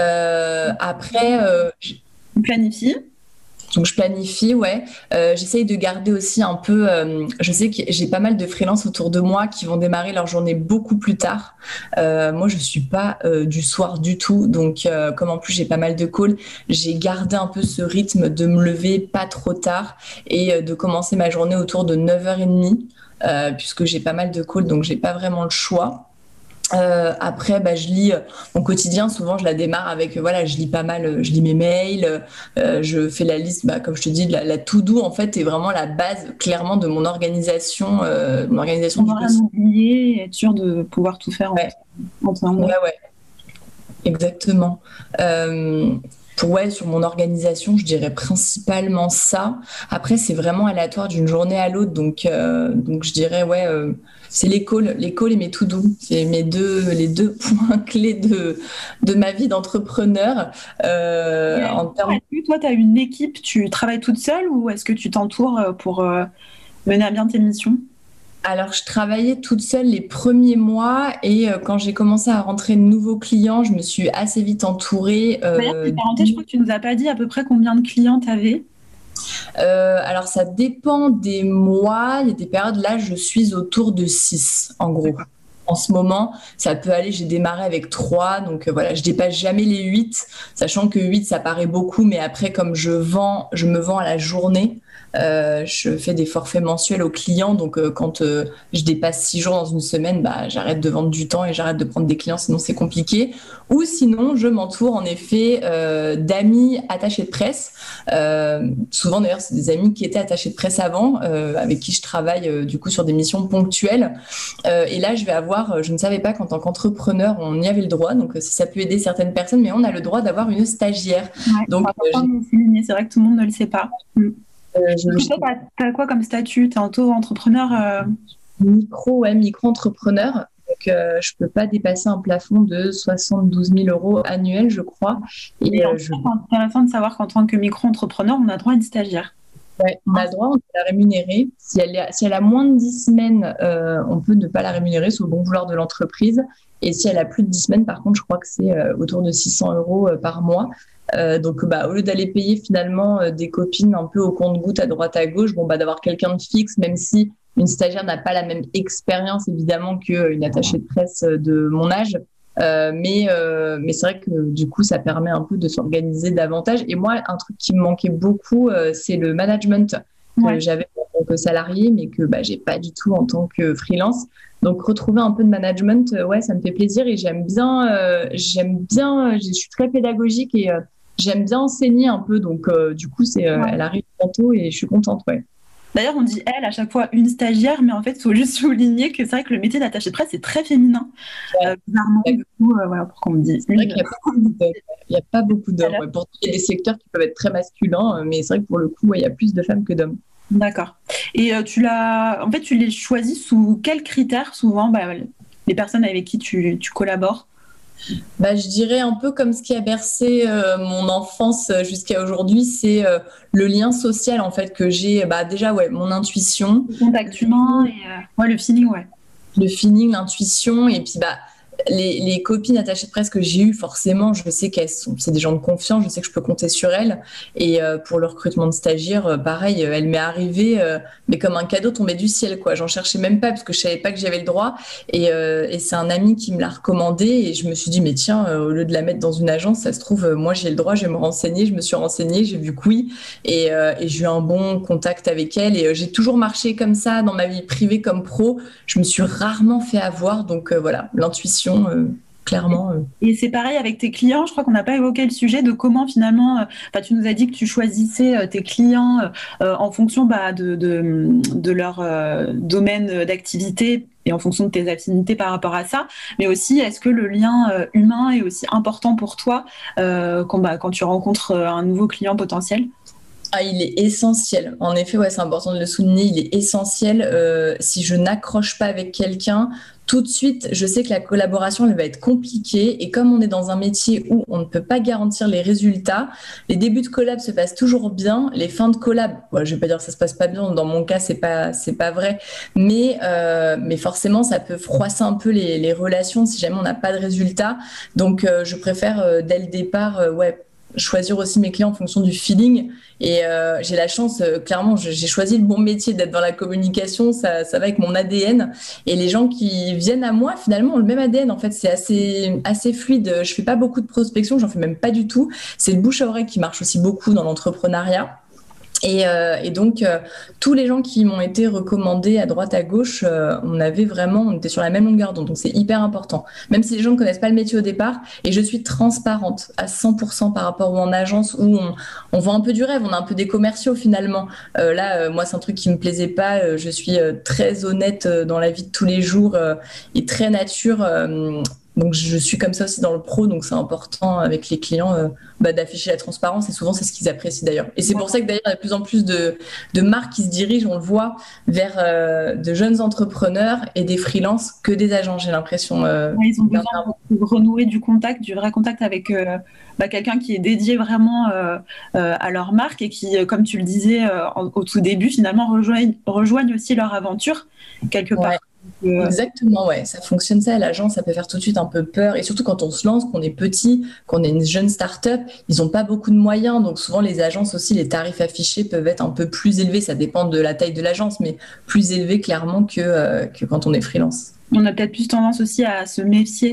Euh, après. Euh, Planifie. Donc je planifie, ouais. Euh, j'essaye de garder aussi un peu. Euh, je sais que j'ai pas mal de freelances autour de moi qui vont démarrer leur journée beaucoup plus tard. Euh, moi, je suis pas euh, du soir du tout, donc euh, comme en plus j'ai pas mal de calls, j'ai gardé un peu ce rythme de me lever pas trop tard et euh, de commencer ma journée autour de neuf heures trente, euh, puisque j'ai pas mal de calls, donc j'ai pas vraiment le choix. Euh, après, bah, je lis mon quotidien. Souvent, je la démarre avec, voilà, je lis pas mal, je lis mes mails, euh, je fais la liste, bah, comme je te dis, la, la to-do en fait est vraiment la base, clairement, de mon organisation, euh, mon organisation du quotidien. Oublier, être sûr de pouvoir tout faire. Ouais, en, en ouais, ouais, exactement. Euh, Pour, ouais, sur mon organisation, je dirais principalement ça. Après, c'est vraiment aléatoire d'une journée à l'autre, donc, euh, donc je dirais, ouais. Euh, c'est les calls, les calls et mes to-do. C'est mes deux, les deux points clés de, de ma vie d'entrepreneur. Euh, en termes... Est-ce que toi, tu as une équipe, tu travailles toute seule ou est-ce que tu t'entoures pour euh, mener à bien tes missions? Alors, je travaillais toute seule les premiers mois et euh, quand j'ai commencé à rentrer de nouveaux clients, je me suis assez vite entourée. Euh, D'ailleurs, parenthèse, je crois que tu nous as pas dit à peu près combien de clients tu avais. Euh, alors, ça dépend des mois. Il y a des périodes, là, je suis autour de six, en gros. En ce moment, ça peut aller, j'ai démarré avec trois, donc euh, voilà, je dépasse jamais les huit, sachant que huit, ça paraît beaucoup, mais après, comme je vends, je me vends à la journée, Euh, je fais des forfaits mensuels aux clients. Donc, euh, quand euh, je dépasse six jours dans une semaine, bah, j'arrête de vendre du temps et j'arrête de prendre des clients, sinon c'est compliqué. Ou sinon, je m'entoure en effet euh, d'amis attachés de presse. Euh, souvent, d'ailleurs, c'est des amis qui étaient attachés de presse avant, euh, avec qui je travaille euh, du coup sur des missions ponctuelles. Euh, et là, je vais avoir, je ne savais pas qu'en tant qu'entrepreneur, on y avait le droit. Donc, si ça peut aider certaines personnes, mais on a le droit d'avoir une stagiaire. Ouais, donc, euh, c'est vrai que tout le monde ne le sait pas. Mm. Euh, je, je... Tu as quoi comme statut? Tu es auto-entrepreneur euh... Micro, ouais, micro-entrepreneur. Donc, euh, je ne peux pas dépasser un plafond de soixante-douze mille euros annuels, je crois. Et, et euh, je... c'est intéressant de savoir qu'en tant que micro-entrepreneur, on a droit à une stagiaire. Ouais, on a le droit, on peut la rémunérer. Si elle, est, si elle a moins de dix semaines, euh, on peut ne pas la rémunérer sous le bon vouloir de l'entreprise. Et si elle a plus de dix semaines, par contre, je crois que c'est euh, autour de six cents euros euh, par mois. Euh, donc, bah, au lieu d'aller payer finalement euh, des copines un peu au compte-gouttes à droite à gauche, bon, bah, d'avoir quelqu'un de fixe, même si une stagiaire n'a pas la même expérience évidemment qu'une attachée de presse de mon âge. Euh, mais euh, mais c'est vrai que du coup, ça permet un peu de s'organiser davantage. Et moi, un truc qui me manquait beaucoup, euh, c'est le management que ouais. j'avais en tant que salarié, mais que bah, j'ai pas du tout en tant que freelance. Donc retrouver un peu de management, euh, ouais, ça me fait plaisir et j'aime bien, euh, j'aime bien, je suis très pédagogique et euh, j'aime bien enseigner un peu. Donc euh, du coup, c'est, euh, ouais. elle arrive bientôt et je suis contente, ouais. D'ailleurs, on dit elle à chaque fois une stagiaire, mais en fait, il faut juste souligner que c'est vrai que le métier d'attaché de presse c'est très féminin. Ouais. Euh, bizarrement, du coup, euh, voilà pourquoi on me dit. C'est vrai qu'il n'y a pas beaucoup d'hommes. Ouais. Pourtant, il y a des secteurs qui peuvent être très masculins, mais c'est vrai que pour le coup, il ouais, y a plus de femmes que d'hommes. D'accord. Et euh, tu l'as, en fait, tu les choisis sous quels critères souvent, bah, les personnes avec qui tu, tu collabores? Bah, je dirais un peu comme ce qui a bercé euh, mon enfance jusqu'à aujourd'hui, c'est euh, le lien social en fait que j'ai. Bah, déjà, ouais, mon intuition. Le contact humain et euh, ouais, le feeling, ouais. Le feeling, l'intuition et puis bah les, les copines attachées de presse que j'ai eues, forcément, je sais qu'elles sont, c'est des gens de confiance, je sais que je peux compter sur elles. Et euh, pour le recrutement de stagiaires, euh, pareil, euh, elle m'est arrivée, euh, mais comme un cadeau tombé du ciel, quoi. J'en cherchais même pas parce que je savais pas que j'avais le droit. Et, euh, et c'est un ami qui me l'a recommandé et je me suis dit, mais tiens, euh, au lieu de la mettre dans une agence, ça se trouve, euh, moi j'ai le droit, je vais me renseigner. Je me suis renseignée, j'ai vu que oui, et, euh, et j'ai eu un bon contact avec elle. Et euh, j'ai toujours marché comme ça dans ma vie privée comme pro. Je me suis rarement fait avoir, donc euh, voilà, l'intuition. Euh, clairement. Euh. Et c'est pareil avec tes clients, je crois qu'on n'a pas évoqué le sujet de comment finalement, euh, tu nous as dit que tu choisissais euh, tes clients euh, en fonction bah, de, de, de leur euh, domaine d'activité et en fonction de tes affinités par rapport à ça, mais aussi est-ce que le lien euh, humain est aussi important pour toi euh, quand, bah, quand tu rencontres un nouveau client potentiel? Ah, il est essentiel. En effet, ouais, c'est important de le souligner. Il est essentiel. Euh, si je n'accroche pas avec quelqu'un, tout de suite, je sais que la collaboration, elle va être compliquée. Et comme on est dans un métier où on ne peut pas garantir les résultats, les débuts de collab se passent toujours bien. Les fins de collab, ouais, je vais pas dire que ça se passe pas bien. Dans mon cas, c'est pas, c'est pas vrai. Mais, euh, mais forcément, ça peut froisser un peu les, les relations si jamais on n'a pas de résultats. Donc, euh, je préfère euh, dès le départ, euh, ouais, choisir aussi mes clients en fonction du feeling. Et euh, j'ai la chance, euh, clairement, je, j'ai choisi le bon métier d'être dans la communication, ça, ça va avec mon A D N. Et les gens qui viennent à moi, finalement, ont le même A D N. En fait, c'est assez, assez fluide. Je fais pas beaucoup de prospection, j'en fais même pas du tout. C'est le bouche à oreille qui marche aussi beaucoup dans l'entrepreneuriat. Et, euh, et donc, euh, tous les gens qui m'ont été recommandés à droite, à gauche, euh, on avait vraiment, on était sur la même longueur d'onde. Donc, c'est hyper important. Même si les gens ne connaissent pas le métier au départ, et je suis transparente à cent pour cent par rapport à en agence où on, on vend un peu du rêve, on a un peu des commerciaux finalement. Euh, là, euh, moi, c'est un truc qui me plaisait pas. Euh, je suis euh, très honnête euh, dans la vie de tous les jours euh, et très nature. Euh, Donc, je suis comme ça aussi dans le pro, donc c'est important avec les clients euh, bah, d'afficher la transparence et souvent, c'est ce qu'ils apprécient d'ailleurs. Et c'est pour ça que d'ailleurs, il y a de plus en plus de, de marques qui se dirigent, on le voit, vers euh, de jeunes entrepreneurs et des freelances que des agents, j'ai l'impression. Euh, ouais, ils ont besoin de renouer du contact, du vrai contact avec euh, bah, quelqu'un qui est dédié vraiment euh, euh, à leur marque et qui, comme tu le disais euh, au tout début, finalement rejoignent, rejoignent aussi leur aventure quelque part. Ouais. Exactement, ouais, ça fonctionne ça à l'agence, ça peut faire tout de suite un peu peur et surtout quand on se lance, qu'on est petit, qu'on est une jeune start-up, ils n'ont pas beaucoup de moyens, donc souvent les agences aussi, les tarifs affichés peuvent être un peu plus élevés, ça dépend de la taille de l'agence, mais plus élevés clairement que, euh, que quand on est freelance. On a peut-être plus tendance aussi à se méfier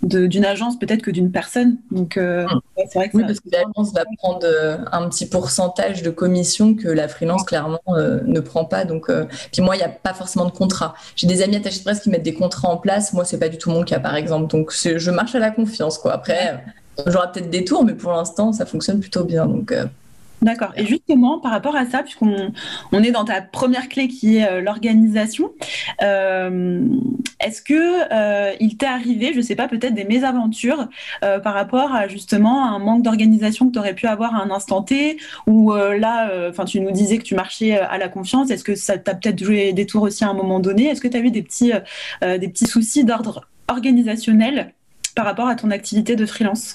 de, d'une agence peut-être que d'une personne. Donc, euh, Mm. ouais, c'est vrai que Oui, ça... parce que l'agence va prendre euh, un petit pourcentage de commission que la freelance, clairement, euh, ne prend pas. Donc, euh, puis moi, il n'y a pas forcément de contrat. J'ai des amis attachés de presse qui mettent des contrats en place. Moi, c'est pas du tout mon cas, par exemple. Donc, c'est- je marche à la confiance, quoi. Après, euh, j'aurai peut-être des tours, mais pour l'instant, ça fonctionne plutôt bien. Donc, euh, D'accord. Et justement, par rapport à ça, puisqu'on on est dans ta première clé qui est euh, l'organisation, euh, est-ce que euh, il t'est arrivé, je sais pas, peut-être des mésaventures euh, par rapport à justement un manque d'organisation que tu aurais pu avoir à un instant T, ou euh, là, enfin, tu nous disais que tu marchais euh, à la confiance. Est-ce que ça t'a peut-être joué des tours aussi à un moment donné? Est-ce que tu as eu des petits, euh, des petits soucis d'ordre organisationnel par rapport à ton activité de freelance?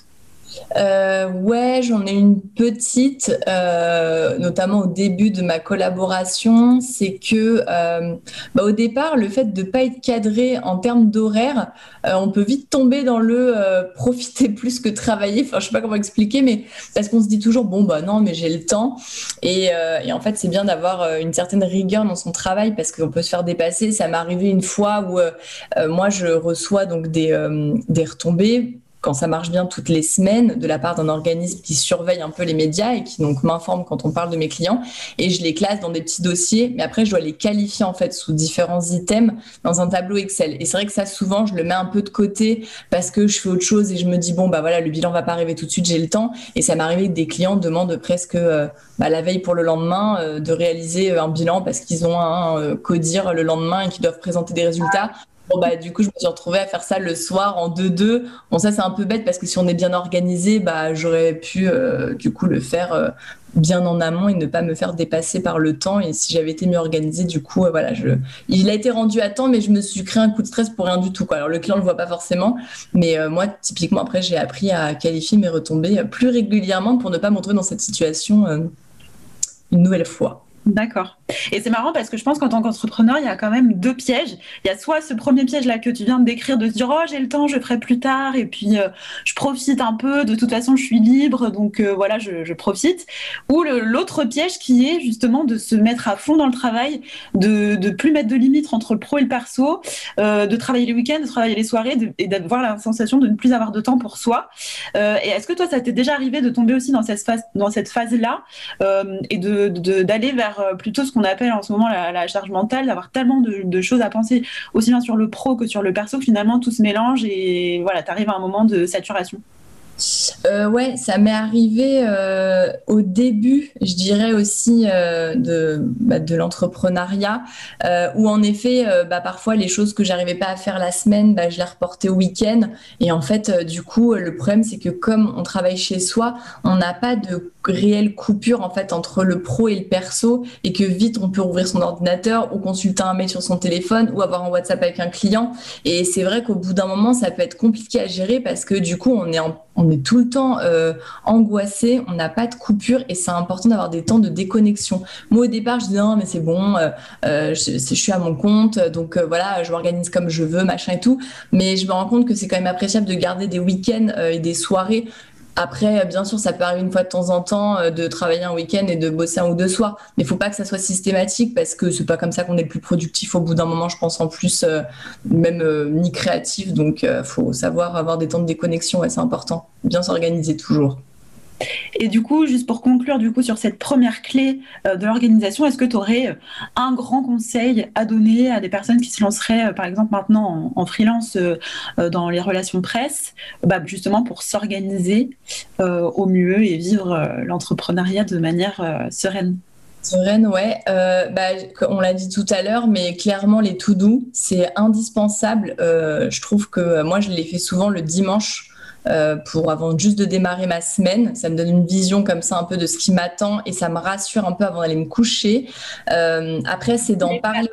Euh, ouais, j'en ai une petite, euh, notamment au début de ma collaboration. C'est que, euh, bah, au départ, le fait de ne pas être cadré en termes d'horaire, euh, on peut vite tomber dans le euh, profiter plus que travailler. Enfin, je sais pas comment expliquer, mais parce qu'on se dit toujours, bon, bah non, mais j'ai le temps. Et, euh, et en fait, c'est bien d'avoir euh, une certaine rigueur dans son travail parce qu'on peut se faire dépasser. Ça m'est arrivé une fois où euh, euh, moi, je reçois donc des, euh, des retombées quand ça marche bien toutes les semaines de la part d'un organisme qui surveille un peu les médias et qui donc m'informe quand on parle de mes clients, et je les classe dans des petits dossiers, mais après je dois les qualifier en fait sous différents items dans un tableau Excel. Et c'est vrai que ça, souvent je le mets un peu de côté parce que je fais autre chose et je me dis bon bah voilà, le bilan va pas arriver tout de suite, j'ai le temps. Et ça m'est arrivé que des clients demandent presque euh, bah, la veille pour le lendemain euh, de réaliser un bilan parce qu'ils ont un euh, codir le lendemain et qu'ils doivent présenter des résultats. Bon, bah, du coup, je me suis retrouvée à faire ça le soir en deux deux. Bon, ça, c'est un peu bête parce que si on est bien organisé, bah, j'aurais pu, euh, du coup, le faire euh, bien en amont et ne pas me faire dépasser par le temps. Et si j'avais été mieux organisée, du coup, euh, voilà, je... il a été rendu à temps, mais je me suis créé un coup de stress pour rien du tout, quoi. Alors, le client ne le voit pas forcément, mais euh, moi, typiquement, après, j'ai appris à qualifier mes retombées plus régulièrement pour ne pas me retrouver dans cette situation euh, une nouvelle fois. D'accord. Et c'est marrant parce que je pense qu'en tant qu'entrepreneur, il y a quand même deux pièges. Il y a soit ce premier piège-là que tu viens de décrire, de se dire « Oh, j'ai le temps, je ferai plus tard, et puis euh, je profite un peu, de toute façon, je suis libre, donc euh, voilà, je, je profite. » Ou le, l'autre piège qui est justement de se mettre à fond dans le travail, de ne plus mettre de limites entre le pro et le perso, euh, de travailler les week-ends, de travailler les soirées, de, et d'avoir la sensation de ne plus avoir de temps pour soi. Euh, et est-ce que toi, ça t'est déjà arrivé de tomber aussi dans cette phase, dans cette phase-là euh, et de, de, d'aller vers plutôt ce qu'on appelle en ce moment la, la charge mentale, d'avoir tellement de, de choses à penser aussi bien sur le pro que sur le perso que finalement tout se mélange et voilà, tu arrives à un moment de saturation? Euh, ouais, ça m'est arrivé euh, au début, je dirais aussi euh, de, bah, de l'entrepreneuriat, euh, où en effet, euh, bah, parfois les choses que j'arrivais pas à faire la semaine, bah, je les reportais au week-end. Et en fait, euh, du coup, le problème, c'est que comme on travaille chez soi, on n'a pas de réelle coupure en fait entre le pro et le perso, et que vite on peut ouvrir son ordinateur ou consulter un mail sur son téléphone ou avoir un WhatsApp avec un client. Et c'est vrai qu'au bout d'un moment, ça peut être compliqué à gérer parce que du coup, on est en on est tout le temps euh, angoissé, on n'a pas de coupure et c'est important d'avoir des temps de déconnexion. Moi, au départ, je disais non, mais c'est bon, euh, euh, je, je suis à mon compte, donc euh, voilà, je m'organise comme je veux, machin et tout. Mais je me rends compte que c'est quand même appréciable de garder des week-ends euh, et des soirées. Après, bien sûr, ça peut arriver une fois de temps en temps euh, de travailler un week-end et de bosser un ou deux soirs, mais il faut pas que ça soit systématique parce que c'est pas comme ça qu'on est le plus productif au bout d'un moment, je pense, en plus, euh, même euh, ni créatif. Donc, il euh, faut savoir avoir des temps de déconnexion, ouais, c'est important. Bien s'organiser toujours. Et du coup, juste pour conclure du coup sur cette première clé euh, de l'organisation, est-ce que tu aurais un grand conseil à donner à des personnes qui se lanceraient, euh, par exemple maintenant en, en freelance euh, euh, dans les relations presse, bah, justement pour s'organiser euh, au mieux et vivre euh, l'entrepreneuriat de manière euh, sereine? Sereine, ouais. Euh, bah, on l'a dit tout à l'heure, mais clairement, les to-do, c'est indispensable. Euh, je trouve que moi, je les fais souvent le dimanche euh, pour avant juste de démarrer ma semaine. Ça me donne une vision comme ça un peu de ce qui m'attend et ça me rassure un peu avant d'aller me coucher. Euh, après, c'est d'en parler.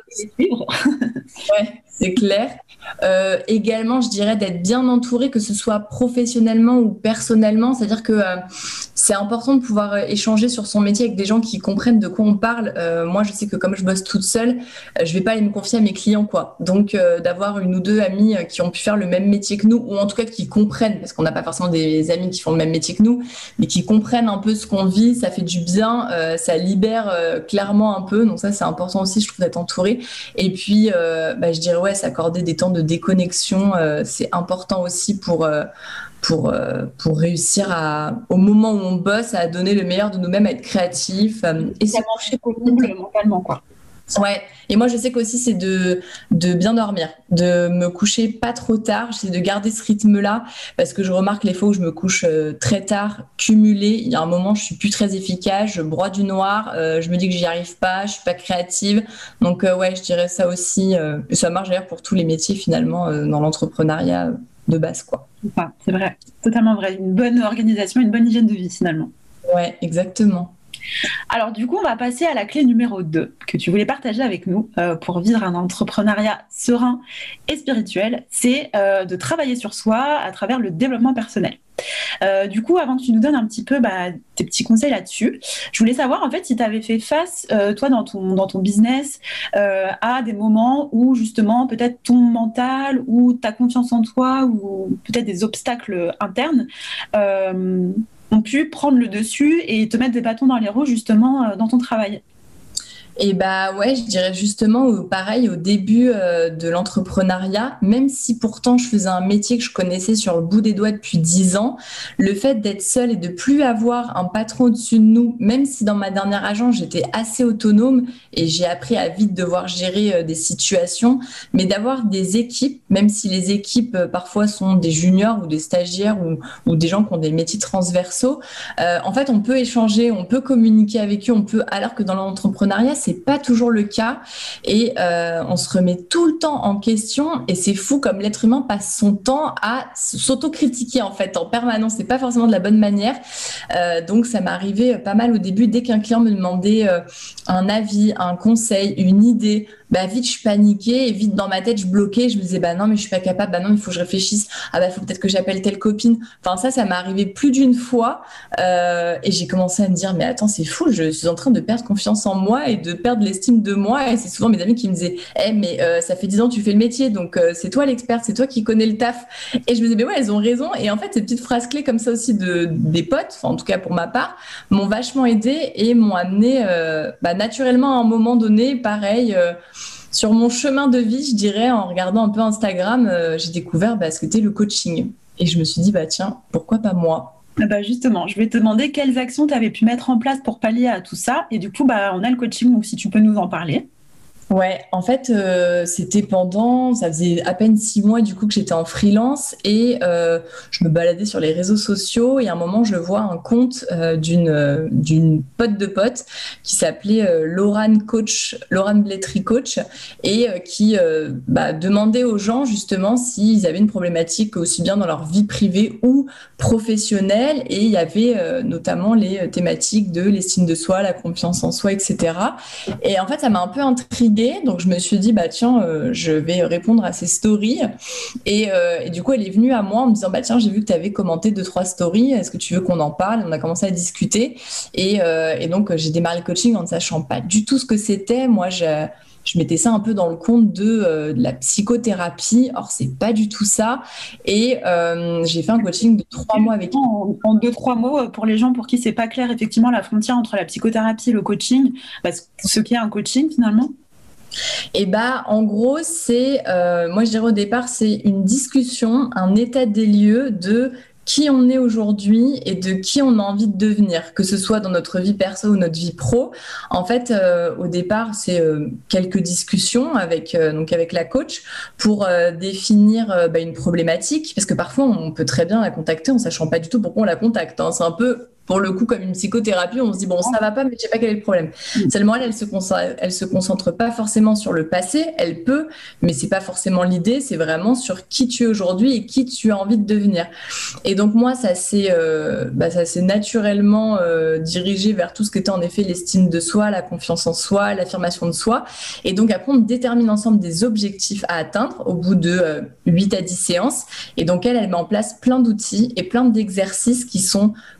Ouais, c'est clair. Euh, également, je dirais d'être bien entouré, que ce soit professionnellement ou personnellement. C'est-à-dire que euh, c'est important de pouvoir échanger sur son métier avec des gens qui comprennent de quoi on parle. Euh, moi, je sais que comme je bosse toute seule, euh, je vais pas aller me confier à mes clients, quoi. Donc, euh, d'avoir une ou deux amis qui ont pu faire le même métier que nous, ou en tout cas qui comprennent, parce qu'on n'a pas forcément des amis qui font le même métier que nous, mais qui comprennent un peu ce qu'on vit, ça fait du bien, euh, ça libère euh, clairement un peu. Donc ça, c'est important aussi, je trouve, d'être entouré. Et puis, euh, bah, je dirais, ouais, s'accorder des temps de déconnexion, euh, c'est important aussi pour... Euh, Pour, euh, pour réussir à, au moment où on bosse, à donner le meilleur de nous-mêmes, à être créatif. Euh, et c'est marcher possible mentalement, quoi. Ouais, et moi je sais qu'aussi c'est de, de bien dormir, de me coucher pas trop tard, j'essaie de garder ce rythme-là, parce que je remarque les fois où je me couche euh, très tard, cumulé, il y a un moment je suis plus très efficace, je broie du noir, euh, je me dis que j'y arrive pas, je suis pas créative, donc euh, ouais, je dirais ça aussi, euh, et ça marche d'ailleurs pour tous les métiers finalement euh, dans l'entrepreneuriat de base, quoi. Enfin, c'est vrai, totalement vrai. Une bonne organisation, une bonne hygiène de vie finalement. Ouais, exactement. Alors du coup, on va passer à la clé numéro deux que tu voulais partager avec nous euh, pour vivre un entrepreneuriat serein et spirituel. C'est euh, de travailler sur soi à travers le développement personnel. Euh, du coup, avant que tu nous donnes un petit peu bah, tes petits conseils là-dessus, je voulais savoir en fait si tu avais fait face, euh, toi, dans ton, dans ton business, euh, à des moments où justement peut-être ton mental ou ta confiance en toi ou peut-être des obstacles internes euh, ont pu prendre le dessus et te mettre des bâtons dans les roues justement euh, dans ton travail. Et bah ouais, je dirais justement pareil au début euh, de l'entrepreneuriat, même si pourtant je faisais un métier que je connaissais sur le bout des doigts depuis dix ans, le fait d'être seule et de plus avoir un patron au-dessus de nous, même si dans ma dernière agence j'étais assez autonome et j'ai appris à vite devoir gérer euh, des situations, mais d'avoir des équipes, même si les équipes euh, parfois sont des juniors ou des stagiaires ou, ou des gens qui ont des métiers transversaux, euh, en fait on peut échanger, on peut communiquer avec eux, on peut, alors que dans l'entrepreneuriat c'est pas toujours le cas et euh, on se remet tout le temps en question et c'est fou comme l'être humain passe son temps à s'autocritiquer en fait en permanence, c'est pas forcément de la bonne manière, euh, donc ça m'est arrivé pas mal au début dès qu'un client me demandait euh, un avis, un conseil, une idée, bah vite je paniquais et vite dans ma tête je bloquais, je me disais bah non mais je suis pas capable, bah non il faut que je réfléchisse, ah bah faut peut-être que j'appelle telle copine, enfin ça ça m'est arrivé plus d'une fois euh, et j'ai commencé à me dire mais attends c'est fou, je suis en train de perdre confiance en moi et de perdre l'estime de moi et c'est souvent mes amis qui me disaient hey, mais euh, ça fait dix ans que tu fais le métier donc euh, c'est toi l'experte, c'est toi qui connais le taf et je me disais mais ouais elles ont raison et en fait ces petites phrases clés comme ça aussi de, des potes, enfin en tout cas pour ma part, m'ont vachement aidée et m'ont amené euh, bah, naturellement à un moment donné pareil euh, sur mon chemin de vie, je dirais, en regardant un peu Instagram, euh, j'ai découvert bah, ce qu'était le coaching. Et je me suis dit, bah tiens, pourquoi pas moi ? Ah bah justement, je vais te demander quelles actions tu avais pu mettre en place pour pallier à tout ça. Et du coup, bah, on a le coaching, donc si tu peux nous en parler. Ouais, en fait, euh, c'était pendant, ça faisait à peine six mois du coup que j'étais en freelance et euh, je me baladais sur les réseaux sociaux et à un moment je vois un compte euh, d'une euh, d'une pote de pote qui s'appelait euh, Laurane Coach, Laurane Blétry Coach et euh, qui euh, bah, demandait aux gens justement s'ils avaient une problématique aussi bien dans leur vie privée ou professionnelle et il y avait euh, notamment les thématiques de l'estime de soi, la confiance en soi, et cetera. Et en fait, ça m'a un peu intriguée. Donc je me suis dit bah tiens euh, je vais répondre à ces stories et, euh, et du coup elle est venue à moi en me disant bah tiens j'ai vu que tu avais commenté deux trois stories, est-ce que tu veux qu'on en parle? On a commencé à discuter et, euh, et donc j'ai démarré le coaching en ne sachant pas du tout ce que c'était. Moi je je mettais ça un peu dans le compte de, euh, de la psychothérapie. Or, c'est pas du tout ça. Et euh, j'ai fait un coaching de trois mois avec... En, en deux, trois mots, pour les gens pour qui c'est pas clair, effectivement, la frontière entre la psychothérapie et le coaching, parce que ce qu'est un coaching, finalement. Et bah, en gros, c'est, euh, moi je dirais au départ, c'est une discussion, un état des lieux de qui on est aujourd'hui et de qui on a envie de devenir, que ce soit dans notre vie perso ou notre vie pro. En fait, euh, au départ, c'est euh, quelques discussions avec, euh, donc avec la coach pour euh, définir euh, bah, une problématique, parce que parfois, on peut très bien la contacter en sachant pas du tout pourquoi on la contacte. Hein. C'est un peu... pour le coup, comme une psychothérapie, on se dit, bon, ça va pas, mais je sais pas quel est le problème. Mmh. Seulement, elle, elle se concentre, elle se concentre pas forcément sur le passé, elle peut, mais c'est pas forcément l'idée, c'est vraiment sur qui tu es aujourd'hui et qui tu as envie de devenir. Et donc, moi, ça s'est, euh, bah, ça s'est naturellement euh, dirigé vers tout ce qui était en effet l'estime de soi, la confiance en soi, l'affirmation de soi. Et donc, après, on détermine ensemble des objectifs à atteindre au bout de euh, huit à dix séances. Et donc, elle, elle met en place plein d'outils et plein d'exercices qui sont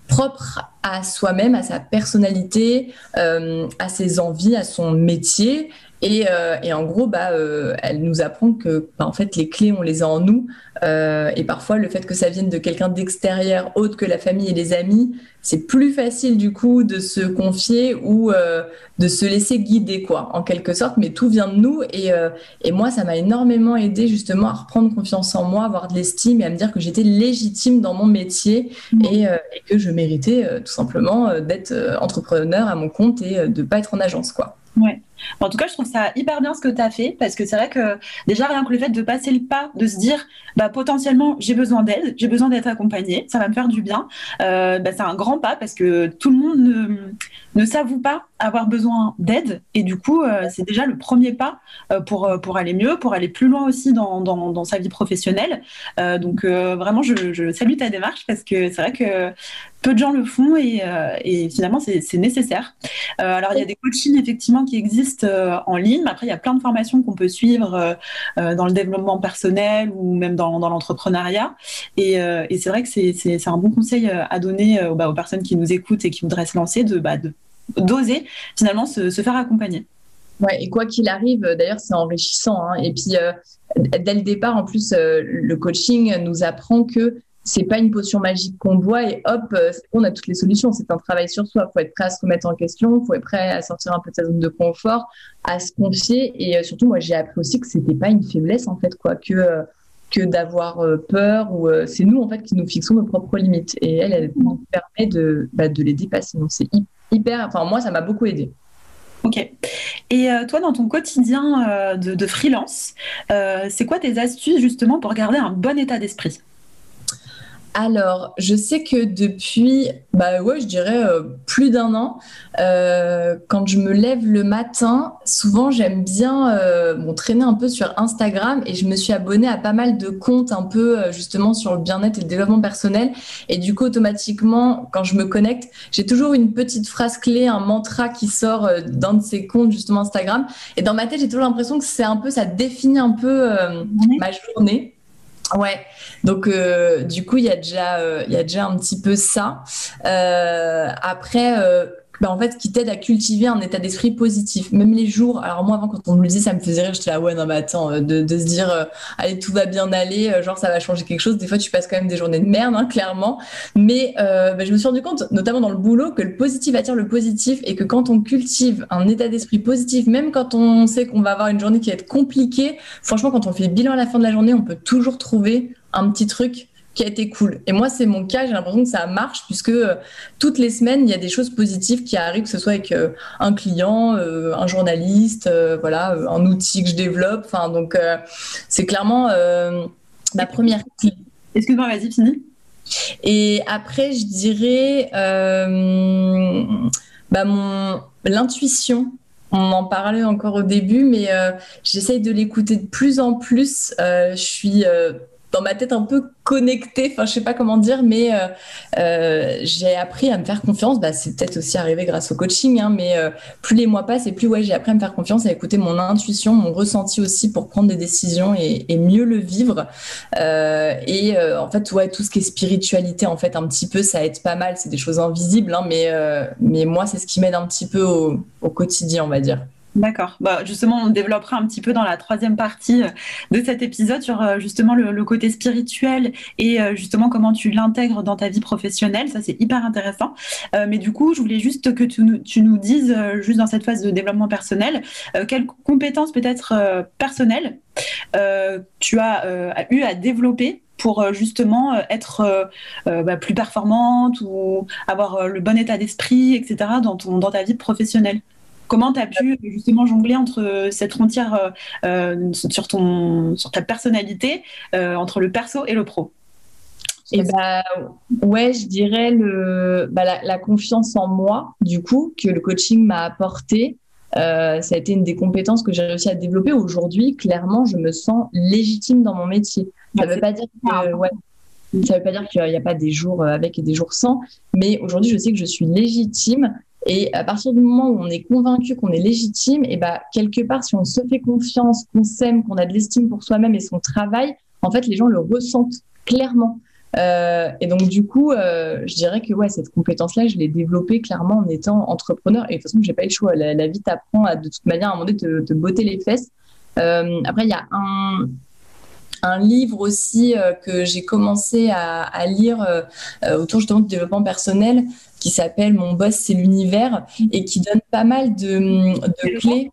propre à soi-même, à sa personnalité, euh, à ses envies, à son métier. Et, euh, et en gros, bah, euh, elle nous apprend que bah, en fait, les clés, on les a en nous. Euh, et parfois, le fait que ça vienne de quelqu'un d'extérieur, autre que la famille et les amis, c'est plus facile du coup de se confier ou euh, de se laisser guider, quoi, en quelque sorte. Mais tout vient de nous. Et, euh, et moi, ça m'a énormément aidé justement à reprendre confiance en moi, à avoir de l'estime et à me dire que j'étais légitime dans mon métier et, euh, et que je méritais euh, tout simplement euh, d'être euh, entrepreneur à mon compte et euh, de ne pas être en agence, quoi. Ouais. En tout cas, je trouve ça hyper bien ce que tu as fait parce que c'est vrai que déjà, rien que le fait de passer le pas, de se dire bah, potentiellement, j'ai besoin d'aide, j'ai besoin d'être accompagnée, ça va me faire du bien, euh, bah, c'est un grand pas parce que tout le monde ne, ne s'avoue pas avoir besoin d'aide et du coup, euh, c'est déjà le premier pas euh, pour, pour aller mieux, pour aller plus loin aussi dans, dans, dans sa vie professionnelle. Euh, donc, euh, vraiment, je, je salue ta démarche parce que c'est vrai que peu de gens le font et, euh, et finalement, c'est, c'est nécessaire. Euh, alors, il y a des coachings effectivement qui existent euh, en ligne. Mais après, il y a plein de formations qu'on peut suivre euh, euh, dans le développement personnel ou même dans, dans l'entrepreneuriat. Et, euh, et c'est vrai que c'est, c'est, c'est un bon conseil à donner euh, bah, aux personnes qui nous écoutent et qui voudraient se lancer, de, bah, de, d'oser finalement se, se faire accompagner. Ouais, et quoi qu'il arrive, d'ailleurs, c'est enrichissant. Hein. Et puis, euh, dès le départ, en plus, euh, le coaching nous apprend que c'est pas une potion magique qu'on boit et hop, c'est bon, on a toutes les solutions. C'est un travail sur soi. Il faut être prêt à se remettre en question. Il faut être prêt à sortir un peu de sa zone de confort, à se confier. Et euh, surtout, moi, j'ai appris aussi que c'était pas une faiblesse, en fait, quoi, que, euh, que d'avoir euh, peur. Ou euh, c'est nous, en fait, qui nous fixons nos propres limites. Et elle, elle nous permet de, bah, de les dépasser. Donc, c'est hyper. Enfin, moi, ça m'a beaucoup aidé. Ok. Et euh, toi, dans ton quotidien euh, de, de freelance, euh, c'est quoi tes astuces justement pour garder un bon état d'esprit ? Alors, je sais que depuis, bah ouais, je dirais euh, plus d'un an, euh, quand je me lève le matin, souvent j'aime bien euh, bon, traîner un peu sur Instagram et je me suis abonnée à pas mal de comptes un peu euh, justement sur le bien-être et le développement personnel. Et du coup, automatiquement, quand je me connecte, j'ai toujours une petite phrase clé, un mantra qui sort euh, d'un de ces comptes justement Instagram. Et dans ma tête, j'ai toujours l'impression que c'est un peu, ça définit un peu euh, mmh. ma journée. Ouais, donc euh, du coup il y a déjà euh, il y a déjà un petit peu ça. Euh, après, euh, bah, en fait, qui t'aide à cultiver un état d'esprit positif, même les jours. Alors moi avant quand on me le disait, ça me faisait rire. J'étais là ouais non mais attends, de, de se dire euh, allez tout va bien aller, euh, genre ça va changer quelque chose. Des fois tu passes quand même des journées de merde, hein, clairement. Mais euh, bah, je me suis rendu compte, notamment dans le boulot, que le positif attire le positif et que quand on cultive un état d'esprit positif, même quand on sait qu'on va avoir une journée qui va être compliquée, franchement quand on fait le bilan à la fin de la journée, on peut toujours trouver un petit truc qui a été cool. Et moi, c'est mon cas, j'ai l'impression que ça marche puisque euh, toutes les semaines, il y a des choses positives qui arrivent, que ce soit avec euh, un client, euh, un journaliste, euh, voilà, euh, un outil que je développe. Enfin, donc, euh, c'est clairement euh, ma première clé. Excuse-moi, vas-y, fini. Et après, je dirais euh, bah, mon, l'intuition. On en parlait encore au début, mais euh, j'essaye de l'écouter de plus en plus. Euh, je suis... Euh, dans ma tête un peu connectée, enfin je sais pas comment dire, mais euh, euh, j'ai appris à me faire confiance. Bah, c'est peut-être aussi arrivé grâce au coaching, hein, mais euh, plus les mois passent et plus ouais, j'ai appris à me faire confiance, à écouter mon intuition, mon ressenti aussi pour prendre des décisions et, et mieux le vivre. Euh, et euh, en fait, ouais, tout ce qui est spiritualité, en fait, un petit peu, ça aide pas mal. C'est des choses invisibles, hein, mais, euh, mais moi, c'est ce qui m'aide un petit peu au, au quotidien, on va dire. D'accord. Bah, justement, on développera un petit peu dans la troisième partie de cet épisode sur justement le, le côté spirituel et justement comment tu l'intègres dans ta vie professionnelle. Ça, c'est hyper intéressant. Euh, mais du coup, je voulais juste que tu nous, tu nous dises, juste dans cette phase de développement personnel, euh, quelles compétences peut-être euh, personnelles euh, tu as euh, eu à développer pour justement être euh, euh, bah, plus performante ou avoir euh, le bon état d'esprit, et cetera dans, ton, dans ta vie professionnelle. Comment tu as pu justement jongler entre cette frontière euh, sur, ton, sur ta personnalité, euh, entre le perso et le pro ? Et bah, ouais, je dirais le, bah, la, la confiance en moi, du coup, que le coaching m'a apporté. Euh, ça a été une des compétences que j'ai réussi à développer. Aujourd'hui, clairement, je me sens légitime dans mon métier. Ça ne veut pas dire que, ouais, ça veut pas dire qu'il n'y a pas des jours avec et des jours sans, mais aujourd'hui, je sais que je suis légitime. Et à partir du moment où on est convaincu qu'on est légitime, et bah, quelque part, si on se fait confiance, qu'on s'aime, qu'on a de l'estime pour soi-même et son travail, en fait, les gens le ressentent clairement. Euh, et donc, du coup, euh, je dirais que ouais, cette compétence-là, je l'ai développée clairement en étant entrepreneur. Et de toute façon, j'ai pas eu le choix. La, la vie t'apprend à, de toute manière, à un moment donné, te, te botter les fesses. Euh, après, il y a un, un livre aussi euh, que j'ai commencé à, à lire euh, autour justement du développement personnel qui s'appelle Mon boss, c'est l'univers et qui donne pas mal de, de clés.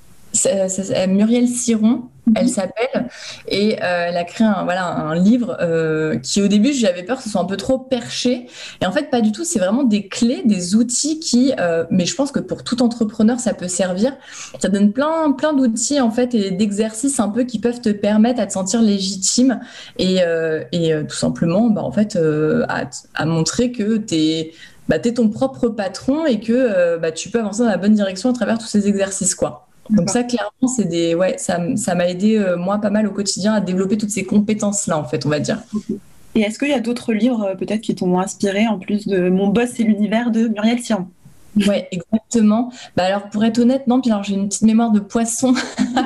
Ça, ça, Muriel Ciron, elle s'appelle, et euh, elle a créé un, voilà, un livre euh, qui au début j'avais peur que ce soit un peu trop perché, et en fait pas du tout, c'est vraiment des clés, des outils qui, euh, mais je pense que pour tout entrepreneur ça peut servir, ça donne plein, plein d'outils en fait et d'exercices un peu qui peuvent te permettre à te sentir légitime et, euh, et euh, tout simplement bah, en fait euh, à, à montrer que t'es bah, t'es ton propre patron et que euh, bah, tu peux avancer dans la bonne direction à travers tous ces exercices quoi. Donc ça, clairement, c'est des, ouais, ça, ça m'a aidé euh, moi pas mal au quotidien à développer toutes ces compétences-là, en fait, on va dire. Et est-ce qu'il y a d'autres livres euh, peut-être qui t'ont inspiré en plus de Mon boss, c'est l'univers de Muriel Ciron? Ouais, exactement. Bah alors, pour être honnête, non. Puis alors, j'ai une petite mémoire de poisson.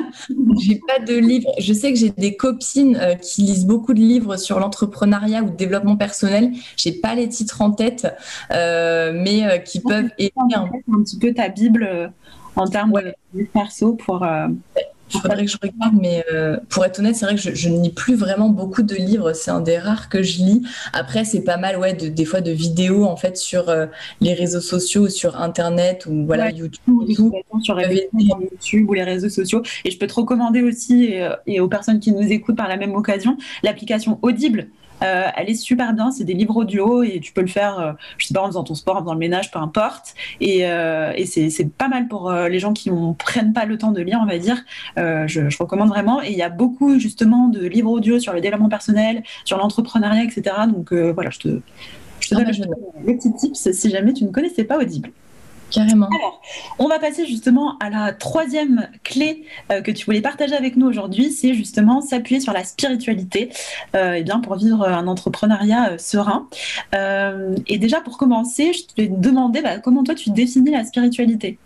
J'ai pas de livres. Je sais que j'ai des copines euh, qui lisent beaucoup de livres sur l'entrepreneuriat ou le développement personnel. J'ai pas les titres en tête, euh, mais euh, qui Je peuvent aider un, un petit peu ta Bible. Euh... en termes ouais. de perso pour... Euh, Il faudrait que je regarde, mais euh, pour être honnête, c'est vrai que je, je ne lis plus vraiment beaucoup de livres. C'est un des rares que je lis. Après, c'est pas mal, ouais, de, des fois de vidéos en fait sur euh, les réseaux sociaux ou sur Internet ou voilà ouais, YouTube et tout. Sur YouTube ou les réseaux sociaux. Et je peux te recommander aussi et, et aux personnes qui nous écoutent par la même occasion l'application Audible. Euh, elle est super bien, c'est des livres audio et tu peux le faire, euh, je sais pas, en faisant ton sport, en faisant le ménage, peu importe. Et, euh, et c'est, c'est pas mal pour euh, les gens qui ne prennent pas le temps de lire, on va dire. Euh, je, je recommande vraiment. Et il y a beaucoup justement de livres audio sur le développement personnel, sur l'entrepreneuriat, et cetera. Donc euh, voilà, je te, je te donne ah, le petit tips si jamais tu ne connaissais pas Audible. Carrément. Alors, on va passer justement à la troisième clé euh, que tu voulais partager avec nous aujourd'hui, c'est justement s'appuyer sur la spiritualité euh, et bien pour vivre un entrepreneuriat euh, serein. Euh, et déjà pour commencer, je te vais te demander bah, comment toi tu définis la spiritualité.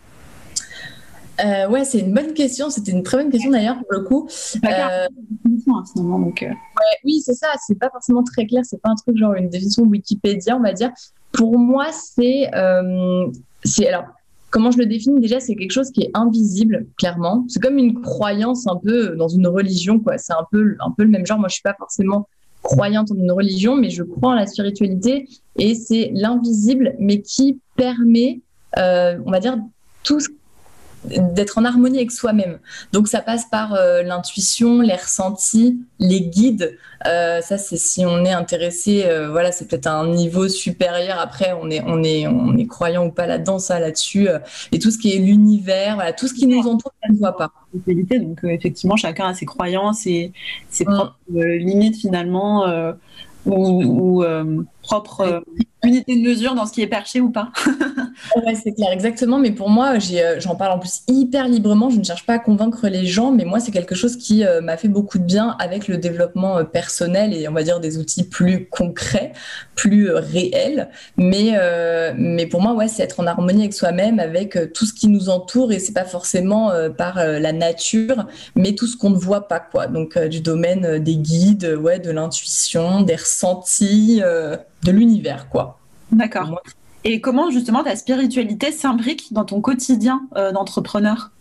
Euh, ouais, c'est une bonne question. C'était une très bonne question d'ailleurs pour le coup. Euh... Donc, euh... ouais, oui, c'est ça. C'est pas forcément très clair. C'est pas un truc genre une définition Wikipédia, on va dire. Pour moi, c'est euh, c'est alors comment je le définis déjà, c'est quelque chose qui est invisible, clairement. C'est comme une croyance un peu dans une religion, quoi. C'est un peu un peu le même genre. Moi, je suis pas forcément croyante en une religion, mais je crois en la spiritualité et c'est l'invisible, mais qui permet, euh, on va dire, tout ce d'être en harmonie avec soi-même. Donc ça passe par euh, l'intuition, les ressentis, les guides. Euh, ça c'est si on est intéressé, euh, voilà, c'est peut-être un niveau supérieur. Après on est on est on est croyant ou pas là-dedans, ça là-dessus. Euh, et tout ce qui est l'univers, voilà, tout ce qui nous entoure, ça ne voit pas. Donc euh, effectivement, chacun a ses croyances et ses propres euh, limites finalement. Euh... ou, ou euh, propre euh, unité de mesure dans ce qui est perché ou pas. Ouais, c'est clair, exactement. Mais pour moi, j'ai, euh, j'en parle en plus hyper librement. Je ne cherche pas à convaincre les gens, mais moi, c'est quelque chose qui euh, m'a fait beaucoup de bien avec le développement euh, personnel et on va dire des outils plus concrets, plus euh, réels. Mais, euh, mais pour moi, ouais, c'est être en harmonie avec soi-même, avec euh, tout ce qui nous entoure et c'est pas forcément euh, par euh, la nature, mais tout ce qu'on ne voit pas, quoi. Donc, euh, du domaine euh, des guides, euh, ouais, de l'intuition, des ressentis, euh, de l'univers, quoi. D'accord. Et comment justement ta spiritualité s'imbrique dans ton quotidien euh, d'entrepreneur?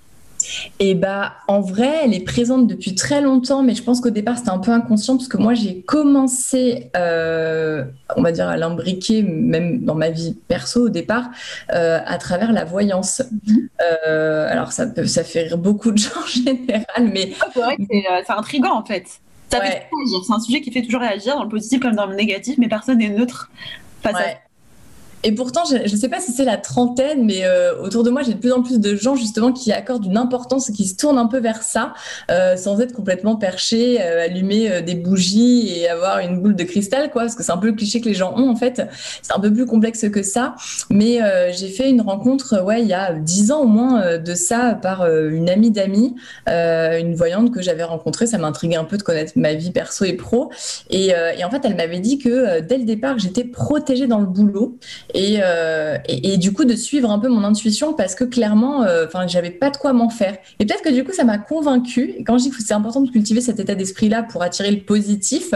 Et bah, en vrai, elle est présente depuis très longtemps, mais je pense qu'au départ, c'était un peu inconscient parce que moi, j'ai commencé, euh, on va dire, à l'imbriquer, même dans ma vie perso au départ, euh, à travers la voyance. Mmh. Euh, alors, ça, peut, ça fait rire beaucoup de gens en général, mais... Oh, c'est vrai que c'est, euh, c'est intriguant, en fait. Ça ouais. fait toujours réagir. C'est un sujet qui fait toujours réagir dans le positif comme dans le négatif, mais personne n'est neutre face ouais. à ça. Et pourtant, je ne sais pas si c'est la trentaine, mais euh, autour de moi, j'ai de plus en plus de gens justement qui accordent une importance et qui se tournent un peu vers ça, euh, sans être complètement perchés, euh, allumer euh, des bougies et avoir une boule de cristal, quoi, parce que c'est un peu le cliché que les gens ont en fait. C'est un peu plus complexe que ça. Mais euh, j'ai fait une rencontre, ouais, il y a dix ans au moins euh, de ça par euh, une amie d'amis, euh, une voyante que j'avais rencontrée. Ça m'intriguait un peu de connaître ma vie perso et pro. Et, euh, et en fait, elle m'avait dit que euh, dès le départ, j'étais protégée dans le boulot. et, euh, et, et du coup de suivre un peu mon intuition parce que clairement, enfin, euh, j'avais pas de quoi m'en faire. Et peut-être que du coup, ça m'a convaincue. Et quand je dis que c'est important de cultiver cet état d'esprit-là pour attirer le positif,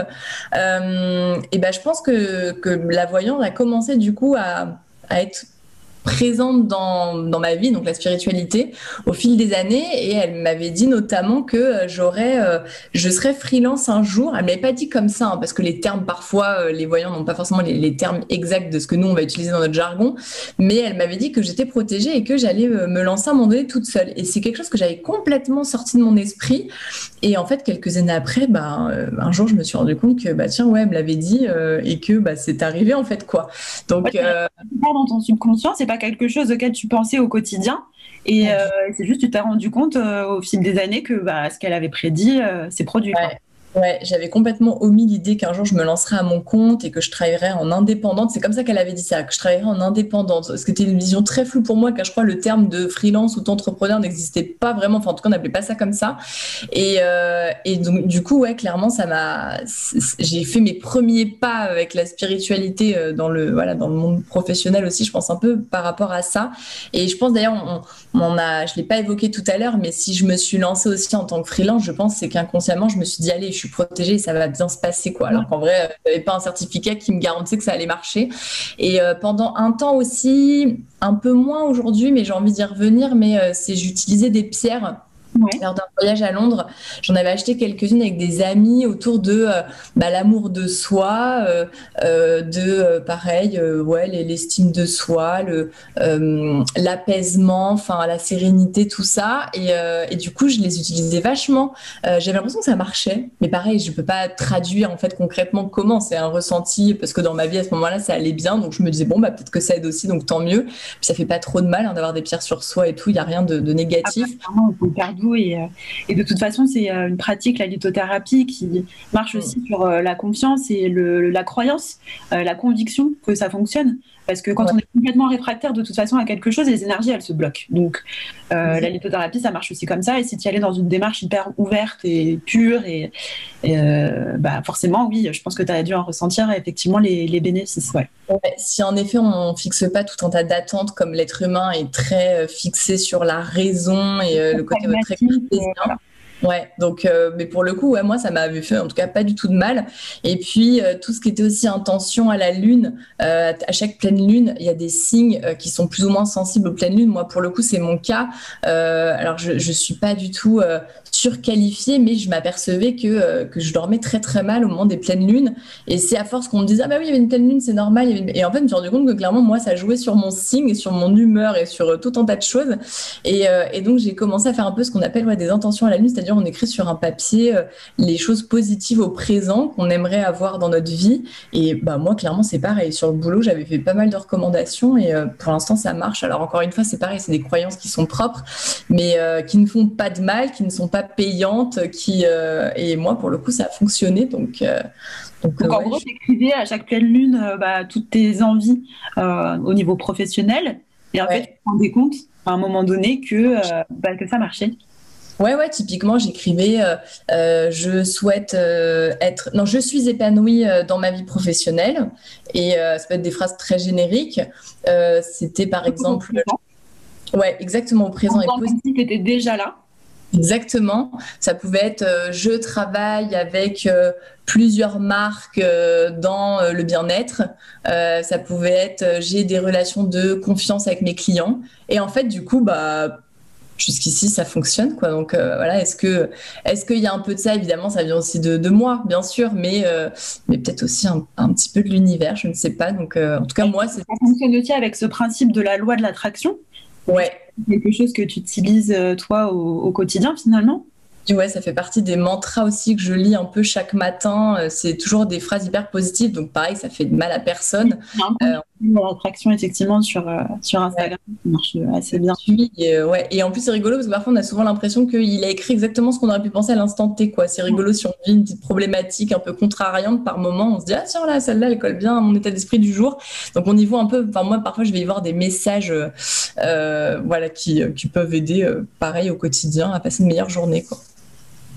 euh, et ben, je pense que, que la voyance a commencé du coup à, à être présente dans, dans ma vie, donc la spiritualité, au fil des années. Et elle m'avait dit notamment que j'aurais, euh, je serais freelance un jour. Elle ne m'avait pas dit comme ça, hein, parce que les termes, parfois, euh, les voyants n'ont pas forcément les, les termes exacts de ce que nous, on va utiliser dans notre jargon. Mais elle m'avait dit que j'étais protégée et que j'allais euh, me lancer à un moment donné toute seule. Et c'est quelque chose que j'avais complètement sorti de mon esprit. Et en fait, quelques années après, bah, euh, un jour, je me suis rendu compte que, bah, tiens, ouais, elle me l'avait dit euh, et que bah, c'est arrivé, en fait, quoi. Donc, ouais, euh... dans ton subconscient, c'est pas quelque chose auquel tu pensais au quotidien et euh, c'est juste tu t'es rendu compte euh, au fil des années que bah, ce qu'elle avait prédit euh, s'est produit. Ouais. Ouais, j'avais complètement omis l'idée qu'un jour je me lancerais à mon compte et que je travaillerais en indépendante. C'est comme ça qu'elle avait dit ça, que je travaillerais en indépendante. Ce qui était une vision très floue pour moi, car je crois que le terme de freelance ou d'entrepreneur n'existait pas vraiment. Enfin, en tout cas, on n'appelait pas ça comme ça. Et, euh, et donc, du coup, ouais, clairement, ça m'a. J'ai fait mes premiers pas avec la spiritualité dans le, voilà, dans le monde professionnel aussi. Je pense un peu par rapport à ça. Et je pense d'ailleurs, on, on a, je l'ai pas évoqué tout à l'heure, mais si je me suis lancée aussi en tant que freelance, je pense c'est qu'inconsciemment, je me suis dit allez, je suis protégée et ça va bien se passer, quoi. Alors qu'en vrai, je n'avais pas un certificat qui me garantissait que ça allait marcher. Et euh, pendant un temps aussi, un peu moins aujourd'hui, mais j'ai envie d'y revenir, mais euh, c'est j'utilisais des pierres. Ouais. Lors d'un voyage à Londres, j'en avais acheté quelques-unes avec des amis autour de euh, bah, l'amour de soi, euh, euh, de euh, pareil, euh, ouais, l'estime de soi, le, euh, l'apaisement, enfin la sérénité, tout ça. Et, euh, et du coup, je les utilisais vachement. Euh, j'avais l'impression que ça marchait, mais pareil, je peux pas traduire en fait concrètement comment. C'est un ressenti parce que dans ma vie à ce moment-là, ça allait bien, donc je me disais bon bah peut-être que ça aide aussi, donc tant mieux. Puis ça fait pas trop de mal hein, d'avoir des pierres sur soi et tout. Il y a rien de, de négatif. Ah, bah, on peut perdre. Et, et de toute façon, c'est une pratique, la lithothérapie, qui marche aussi sur la confiance et le, la croyance, la conviction que ça fonctionne. Parce que quand ouais. on est complètement réfractaire de toute façon à quelque chose, les énergies, elles se bloquent. Donc, euh, mmh. la lithothérapie, ça marche aussi comme ça. Et si tu y allais dans une démarche hyper ouverte et pure, et, et euh, bah forcément, oui, je pense que tu as dû en ressentir effectivement les, les bénéfices. Ouais. Ouais, si en effet, on ne fixe pas tout un tas d'attentes, comme l'être humain est très fixé sur la raison et euh, le côté très plaisir. Voilà. Ouais, donc, euh, mais pour le coup, ouais, moi, ça m'avait fait en tout cas pas du tout de mal. Et puis, euh, tout ce qui était aussi intention à la lune, euh, à chaque pleine lune, il y a des signes euh, qui sont plus ou moins sensibles aux pleines lunes. Moi, pour le coup, c'est mon cas. Euh, alors, je je suis pas du tout euh, surqualifiée, mais je m'apercevais que euh, que je dormais très très mal au moment des pleines lunes. Et c'est à force qu'on me disait ah bah oui, il y avait une pleine lune, c'est normal. Il y avait une... Et en fait, je me suis rendu compte que clairement, moi, ça jouait sur mon signe et sur mon humeur et sur euh, tout un tas de choses. Et, euh, et donc, j'ai commencé à faire un peu ce qu'on appelle ouais, des intentions à la lune, c'est-à-dire on écrit sur un papier euh, les choses positives au présent qu'on aimerait avoir dans notre vie. Et bah, moi, clairement, c'est pareil. Sur le boulot, j'avais fait pas mal de recommandations et euh, pour l'instant, ça marche. Alors, encore une fois, c'est pareil, c'est des croyances qui sont propres, mais euh, qui ne font pas de mal, qui ne sont pas payantes. Qui, euh, et moi, pour le coup, ça a fonctionné. Donc, euh, donc, donc euh, en ouais, gros, je... tu écrivais à chaque pleine lune euh, bah, toutes tes envies euh, au niveau professionnel. Et en ouais. fait, tu te rendais compte à un moment donné que, euh, bah, que ça marchait. Ouais, ouais, typiquement, j'écrivais euh, euh, je souhaite euh, être. Non, je suis épanouie euh, dans ma vie professionnelle. Et euh, ça peut être des phrases très génériques. Euh, c'était par exemple. Ouais, exactement, au présent. En et positif, tu étais déjà là. Exactement. Ça pouvait être euh, je travaille avec euh, plusieurs marques euh, dans euh, le bien-être. Euh, ça pouvait être euh, j'ai des relations de confiance avec mes clients. Et en fait, du coup, bah. Jusqu'ici, ça fonctionne, quoi. Donc euh, voilà, est-ce que, est-ce qu'il y a un peu de ça? Évidemment, ça vient aussi de, de moi, bien sûr, mais, euh, mais peut-être aussi un, un petit peu de l'univers, je ne sais pas. Donc, euh, en tout cas, moi, c'est. Ça fonctionne aussi avec ce principe de la loi de l'attraction. Ouais. Quelque chose que tu utilises toi au, au quotidien, finalement. Ouais, ça fait partie des mantras aussi que je lis un peu chaque matin. C'est toujours des phrases hyper positives, donc pareil, ça fait de mal à personne. Euh, l'attraction effectivement sur euh, sur Instagram, ouais. Ça marche assez bien. Et, euh, ouais. Et en plus c'est rigolo parce que parfois on a souvent l'impression qu'il a écrit exactement ce qu'on aurait pu penser à l'instant T, quoi. C'est rigolo si on vit une petite problématique un peu contrariante par moment, on se dit ah tiens là celle-là elle colle bien à mon état d'esprit du jour. Donc on y voit un peu. Enfin moi parfois je vais y voir des messages, euh, voilà qui qui peuvent aider, euh, pareil au quotidien à passer une meilleure journée, quoi.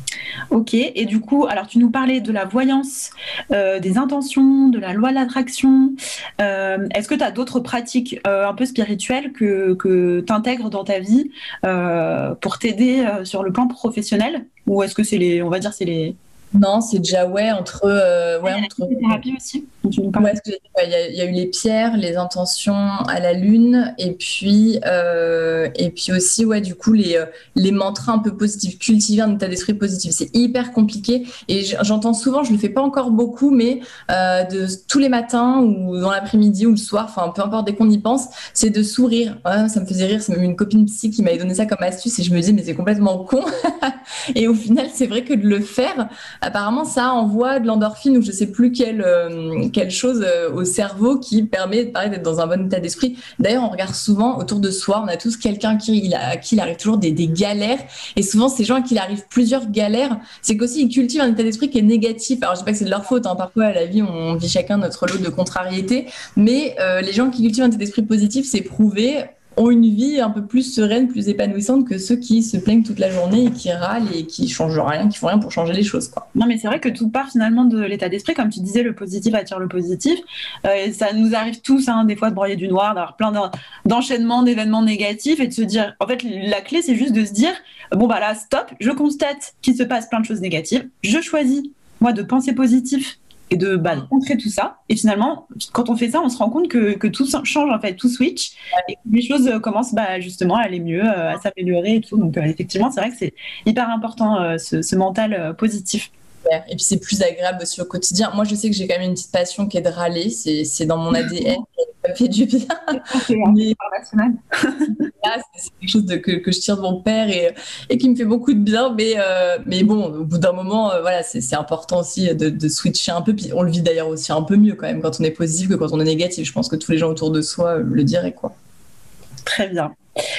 Ok, et du coup, alors tu nous parlais de la voyance, euh, des intentions, de la loi de l'attraction. Euh, est-ce que tu as d'autres pratiques euh, un peu spirituelles que, que tu intègres dans ta vie euh, pour t'aider euh, sur le plan professionnel? Ou est-ce que c'est les, on va dire, c'est les... Non, c'est déjà ouais entre euh, ouais entre La thérapie aussi, dont tu nous ouais, parlais. ce que j'ai dit, ouais, il y a, il y a eu les pierres, les intentions à la lune, et puis euh, et puis aussi ouais du coup les euh, les mantras un peu positifs, cultiver un état d'esprit positif, c'est hyper compliqué et j- j'entends souvent, je le fais pas encore beaucoup, mais euh, de tous les matins ou dans l'après-midi ou le soir, enfin peu importe dès qu'on y pense, c'est de sourire. Ouais, ça me faisait rire, c'est même une copine psy qui m'avait donné ça comme astuce et je me dis mais c'est complètement con. Et au final, c'est vrai que de le faire, apparemment, ça envoie de l'endorphine ou je sais plus quelle, euh, quelle chose euh, au cerveau qui permet pareil, d'être dans un bon état d'esprit. D'ailleurs, on regarde souvent autour de soi, on a tous quelqu'un qui, il a, à qui il arrive toujours des, des galères. Et souvent, ces gens à qui il arrive plusieurs galères, c'est qu'aussi ils cultivent un état d'esprit qui est négatif. Alors, je sais pas que c'est de leur faute, hein. Parfois, à la vie, on vit chacun notre lot de contrariétés. Mais euh, les gens qui cultivent un état d'esprit positif, c'est prouvé, ont une vie un peu plus sereine, plus épanouissante que ceux qui se plaignent toute la journée et qui râlent et qui changent rien, qui font rien pour changer les choses, quoi. Non, mais c'est vrai que tout part finalement de l'état d'esprit. Comme tu disais, le positif attire le positif. Euh, et ça nous arrive tous, hein, des fois, de broyer du noir, d'avoir plein d'en- d'enchaînements, d'événements négatifs et de se dire. En fait, la clé, c'est juste de se dire bon, bah là, stop, je constate qu'il se passe plein de choses négatives. Je choisis, moi, de penser positif et de bah, contrer tout ça. Et finalement, quand on fait ça, on se rend compte que, que tout change, en fait, tout switch. Et que les choses euh, commencent bah, justement à aller mieux, euh, à s'améliorer et tout. Donc, euh, effectivement, c'est vrai que c'est hyper important, euh, ce, ce mental euh, positif. Et puis c'est plus agréable aussi au quotidien. Moi, je sais que j'ai quand même une petite passion qui est de râler. C'est, c'est dans mon A D N. Ça me fait du bien. Mais là, c'est c'est quelque chose de, que, que je tire de mon père et, et qui me fait beaucoup de bien. Mais, euh, mais bon, au bout d'un moment, euh, voilà, c'est, c'est important aussi de, de switcher un peu. Puis on le vit d'ailleurs aussi un peu mieux quand même quand on est positif que quand on est négatif. Je pense que tous les gens autour de soi euh, le diraient, quoi. Très bien.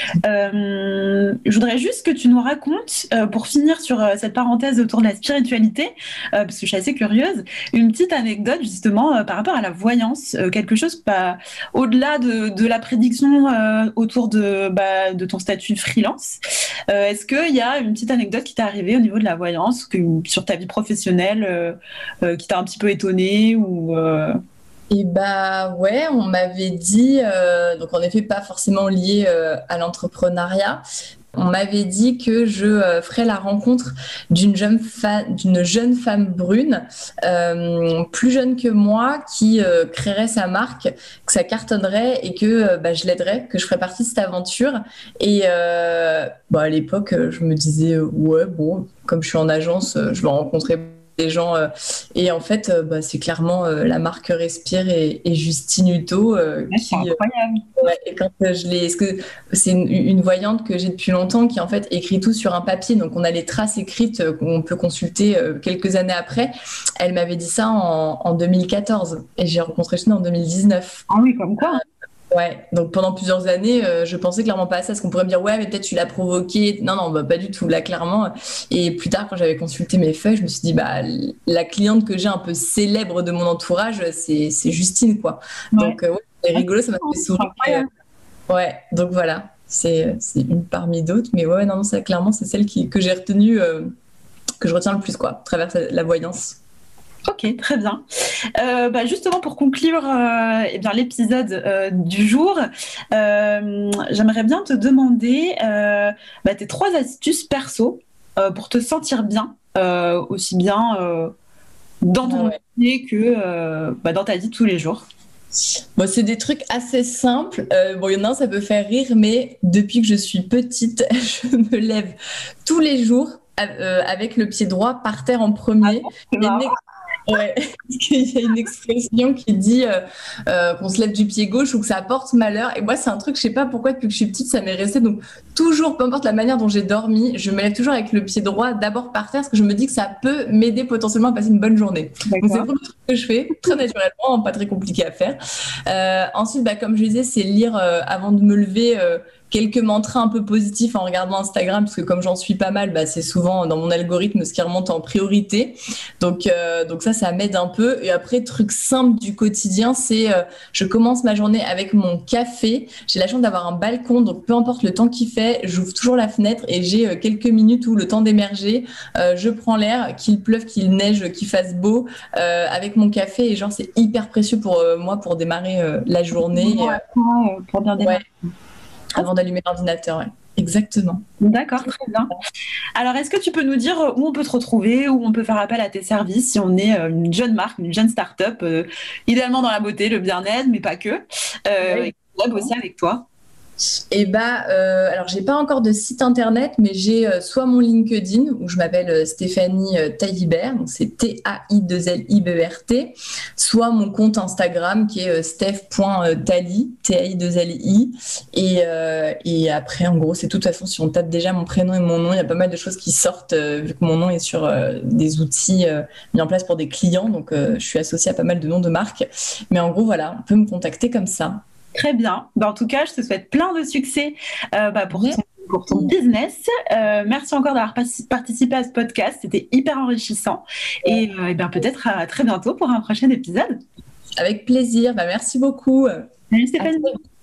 Euh, je voudrais juste que tu nous racontes, euh, pour finir sur euh, cette parenthèse autour de la spiritualité, euh, parce que je suis assez curieuse, une petite anecdote justement euh, par rapport à la voyance, euh, quelque chose bah, au-delà de, de la prédiction euh, autour de, bah, de ton statut de freelance. Euh, est-ce qu'il y a une petite anecdote qui t'est arrivée au niveau de la voyance, que, sur ta vie professionnelle, euh, euh, qui t'a un petit peu étonnée ou euh... Et bah ouais, on m'avait dit, euh, donc en effet pas forcément lié euh, à l'entrepreneuriat, on m'avait dit que je euh, ferais la rencontre d'une jeune, fa- d'une jeune femme brune, euh, plus jeune que moi, qui euh, créerait sa marque, que ça cartonnerait et que euh, bah, je l'aiderais, que je ferais partie de cette aventure. Et euh, bah, à l'époque, je me disais, euh, ouais, bon, comme je suis en agence, euh, je vais rencontrer des gens euh, et en fait euh, bah, c'est clairement euh, la marque Respire et, et Justine Hutto euh, Ouais, c'est qui euh, incroyable. ouais, et quand euh, je l'ai, est-ce que c'est une, une voyante que j'ai depuis longtemps qui en fait écrit tout sur un papier, donc on a les traces écrites euh, qu'on peut consulter euh, quelques années après. Elle m'avait dit ça en, en deux mille quatorze et j'ai rencontré Justine en deux mille dix-neuf. Ah oui, comme quoi. Ouais, donc pendant plusieurs années, euh, je pensais clairement pas à ça, parce qu'on pourrait me dire, ouais, mais peut-être tu l'as provoqué. Non, non, bah, pas du tout, là, clairement. Et plus tard, quand j'avais consulté mes feuilles, je me suis dit, bah, la cliente que j'ai un peu célèbre de mon entourage, c'est, c'est Justine, quoi. Ouais. Donc, euh, ouais, c'est rigolo, ça m'a fait sourire. Et, euh, ouais, donc voilà, c'est, c'est une parmi d'autres. Mais ouais, non, non, ça, clairement, c'est celle qui, que j'ai retenue, euh, que je retiens le plus, quoi, à travers la voyance. Ok, très bien. Euh, bah justement, pour conclure euh, eh bien, l'épisode euh, du jour, euh, j'aimerais bien te demander euh, bah, tes trois astuces perso euh, pour te sentir bien, euh, aussi bien euh, dans ton Ah ouais. métier que euh, bah, dans ta vie de tous les jours. Bon, c'est des trucs assez simples. Euh, bon, il y en a un, ça peut faire rire, mais depuis que je suis petite, je me lève tous les jours euh, avec le pied droit par terre en premier. C'est Il y a une marrant. Ouais, parce qu'il y a une expression qui dit euh, euh, qu'on se lève du pied gauche ou que ça porte malheur. Et moi, c'est un truc, je sais pas pourquoi, depuis que je suis petite, ça m'est resté. Donc, toujours, peu importe la manière dont j'ai dormi, je me lève toujours avec le pied droit d'abord par terre parce que je me dis que ça peut m'aider potentiellement à passer une bonne journée. Donc, c'est le premier truc que je fais, très naturellement, pas très compliqué à faire. Euh, ensuite, bah, comme je disais, c'est lire euh, avant de me lever. Euh, quelques mantras un peu positifs en regardant Instagram, parce que comme j'en suis pas mal, bah, c'est souvent dans mon algorithme ce qui remonte en priorité. Donc, euh, donc ça, ça m'aide un peu. Et après, truc simple du quotidien, c'est euh, je commence ma journée avec mon café. J'ai la chance d'avoir un balcon, donc peu importe le temps qu'il fait, j'ouvre toujours la fenêtre et j'ai euh, quelques minutes où le temps d'émerger, euh, je prends l'air, qu'il pleuve, qu'il neige, qu'il fasse beau, euh, avec mon café. Et genre, c'est hyper précieux pour euh, moi pour démarrer euh, la journée. Ouais, euh, pour bien démarrer. Ouais. Avant d'allumer l'ordinateur, ouais. Exactement. D'accord, très bien. Alors, est-ce que tu peux nous dire où on peut te retrouver, où on peut faire appel à tes services si on est une jeune marque, une jeune start-up, euh, idéalement dans la beauté, le bien-être, mais pas que, euh, Oui. et qui pourrait bosser avec toi? Et bah, euh, alors j'ai pas encore de site internet, mais j'ai euh, soit mon LinkedIn où je m'appelle euh, Stéphanie euh, Taillibert, donc c'est T A I deux L I B E R T, soit mon compte Instagram qui est euh, steph point tali, T A I deux L I. Et, euh, et après, en gros, c'est de toute façon, si on tape déjà mon prénom et mon nom, il y a pas mal de choses qui sortent, euh, vu que mon nom est sur euh, des outils euh, mis en place pour des clients, donc euh, je suis associée à pas mal de noms de marques. Mais en gros, voilà, on peut me contacter comme ça. Très bien. Bah, en tout cas, je te souhaite plein de succès euh, bah, pour, ton, pour ton business. Euh, merci encore d'avoir participé à ce podcast. C'était hyper enrichissant. Et, euh, et ben, peut-être à très bientôt pour un prochain épisode. Avec plaisir. Bah, merci beaucoup. Salut Stéphanie.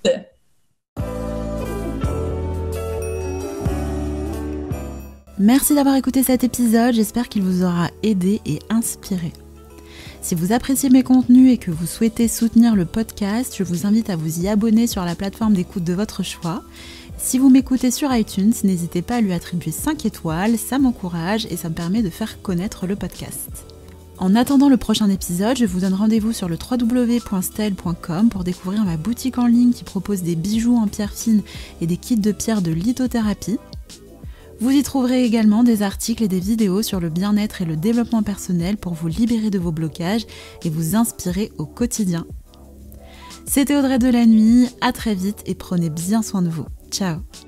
Merci d'avoir écouté cet épisode. J'espère qu'il vous aura aidé et inspiré. Si vous appréciez mes contenus et que vous souhaitez soutenir le podcast, je vous invite à vous y abonner sur la plateforme d'écoute de votre choix. Si vous m'écoutez sur iTunes, n'hésitez pas à lui attribuer cinq étoiles, ça m'encourage et ça me permet de faire connaître le podcast. En attendant le prochain épisode, je vous donne rendez-vous sur le w w w point stelle point com pour découvrir ma boutique en ligne qui propose des bijoux en pierre fine et des kits de pierre de lithothérapie. Vous y trouverez également des articles et des vidéos sur le bien-être et le développement personnel pour vous libérer de vos blocages et vous inspirer au quotidien. C'était Audrey Delannuy, à très vite et prenez bien soin de vous. Ciao.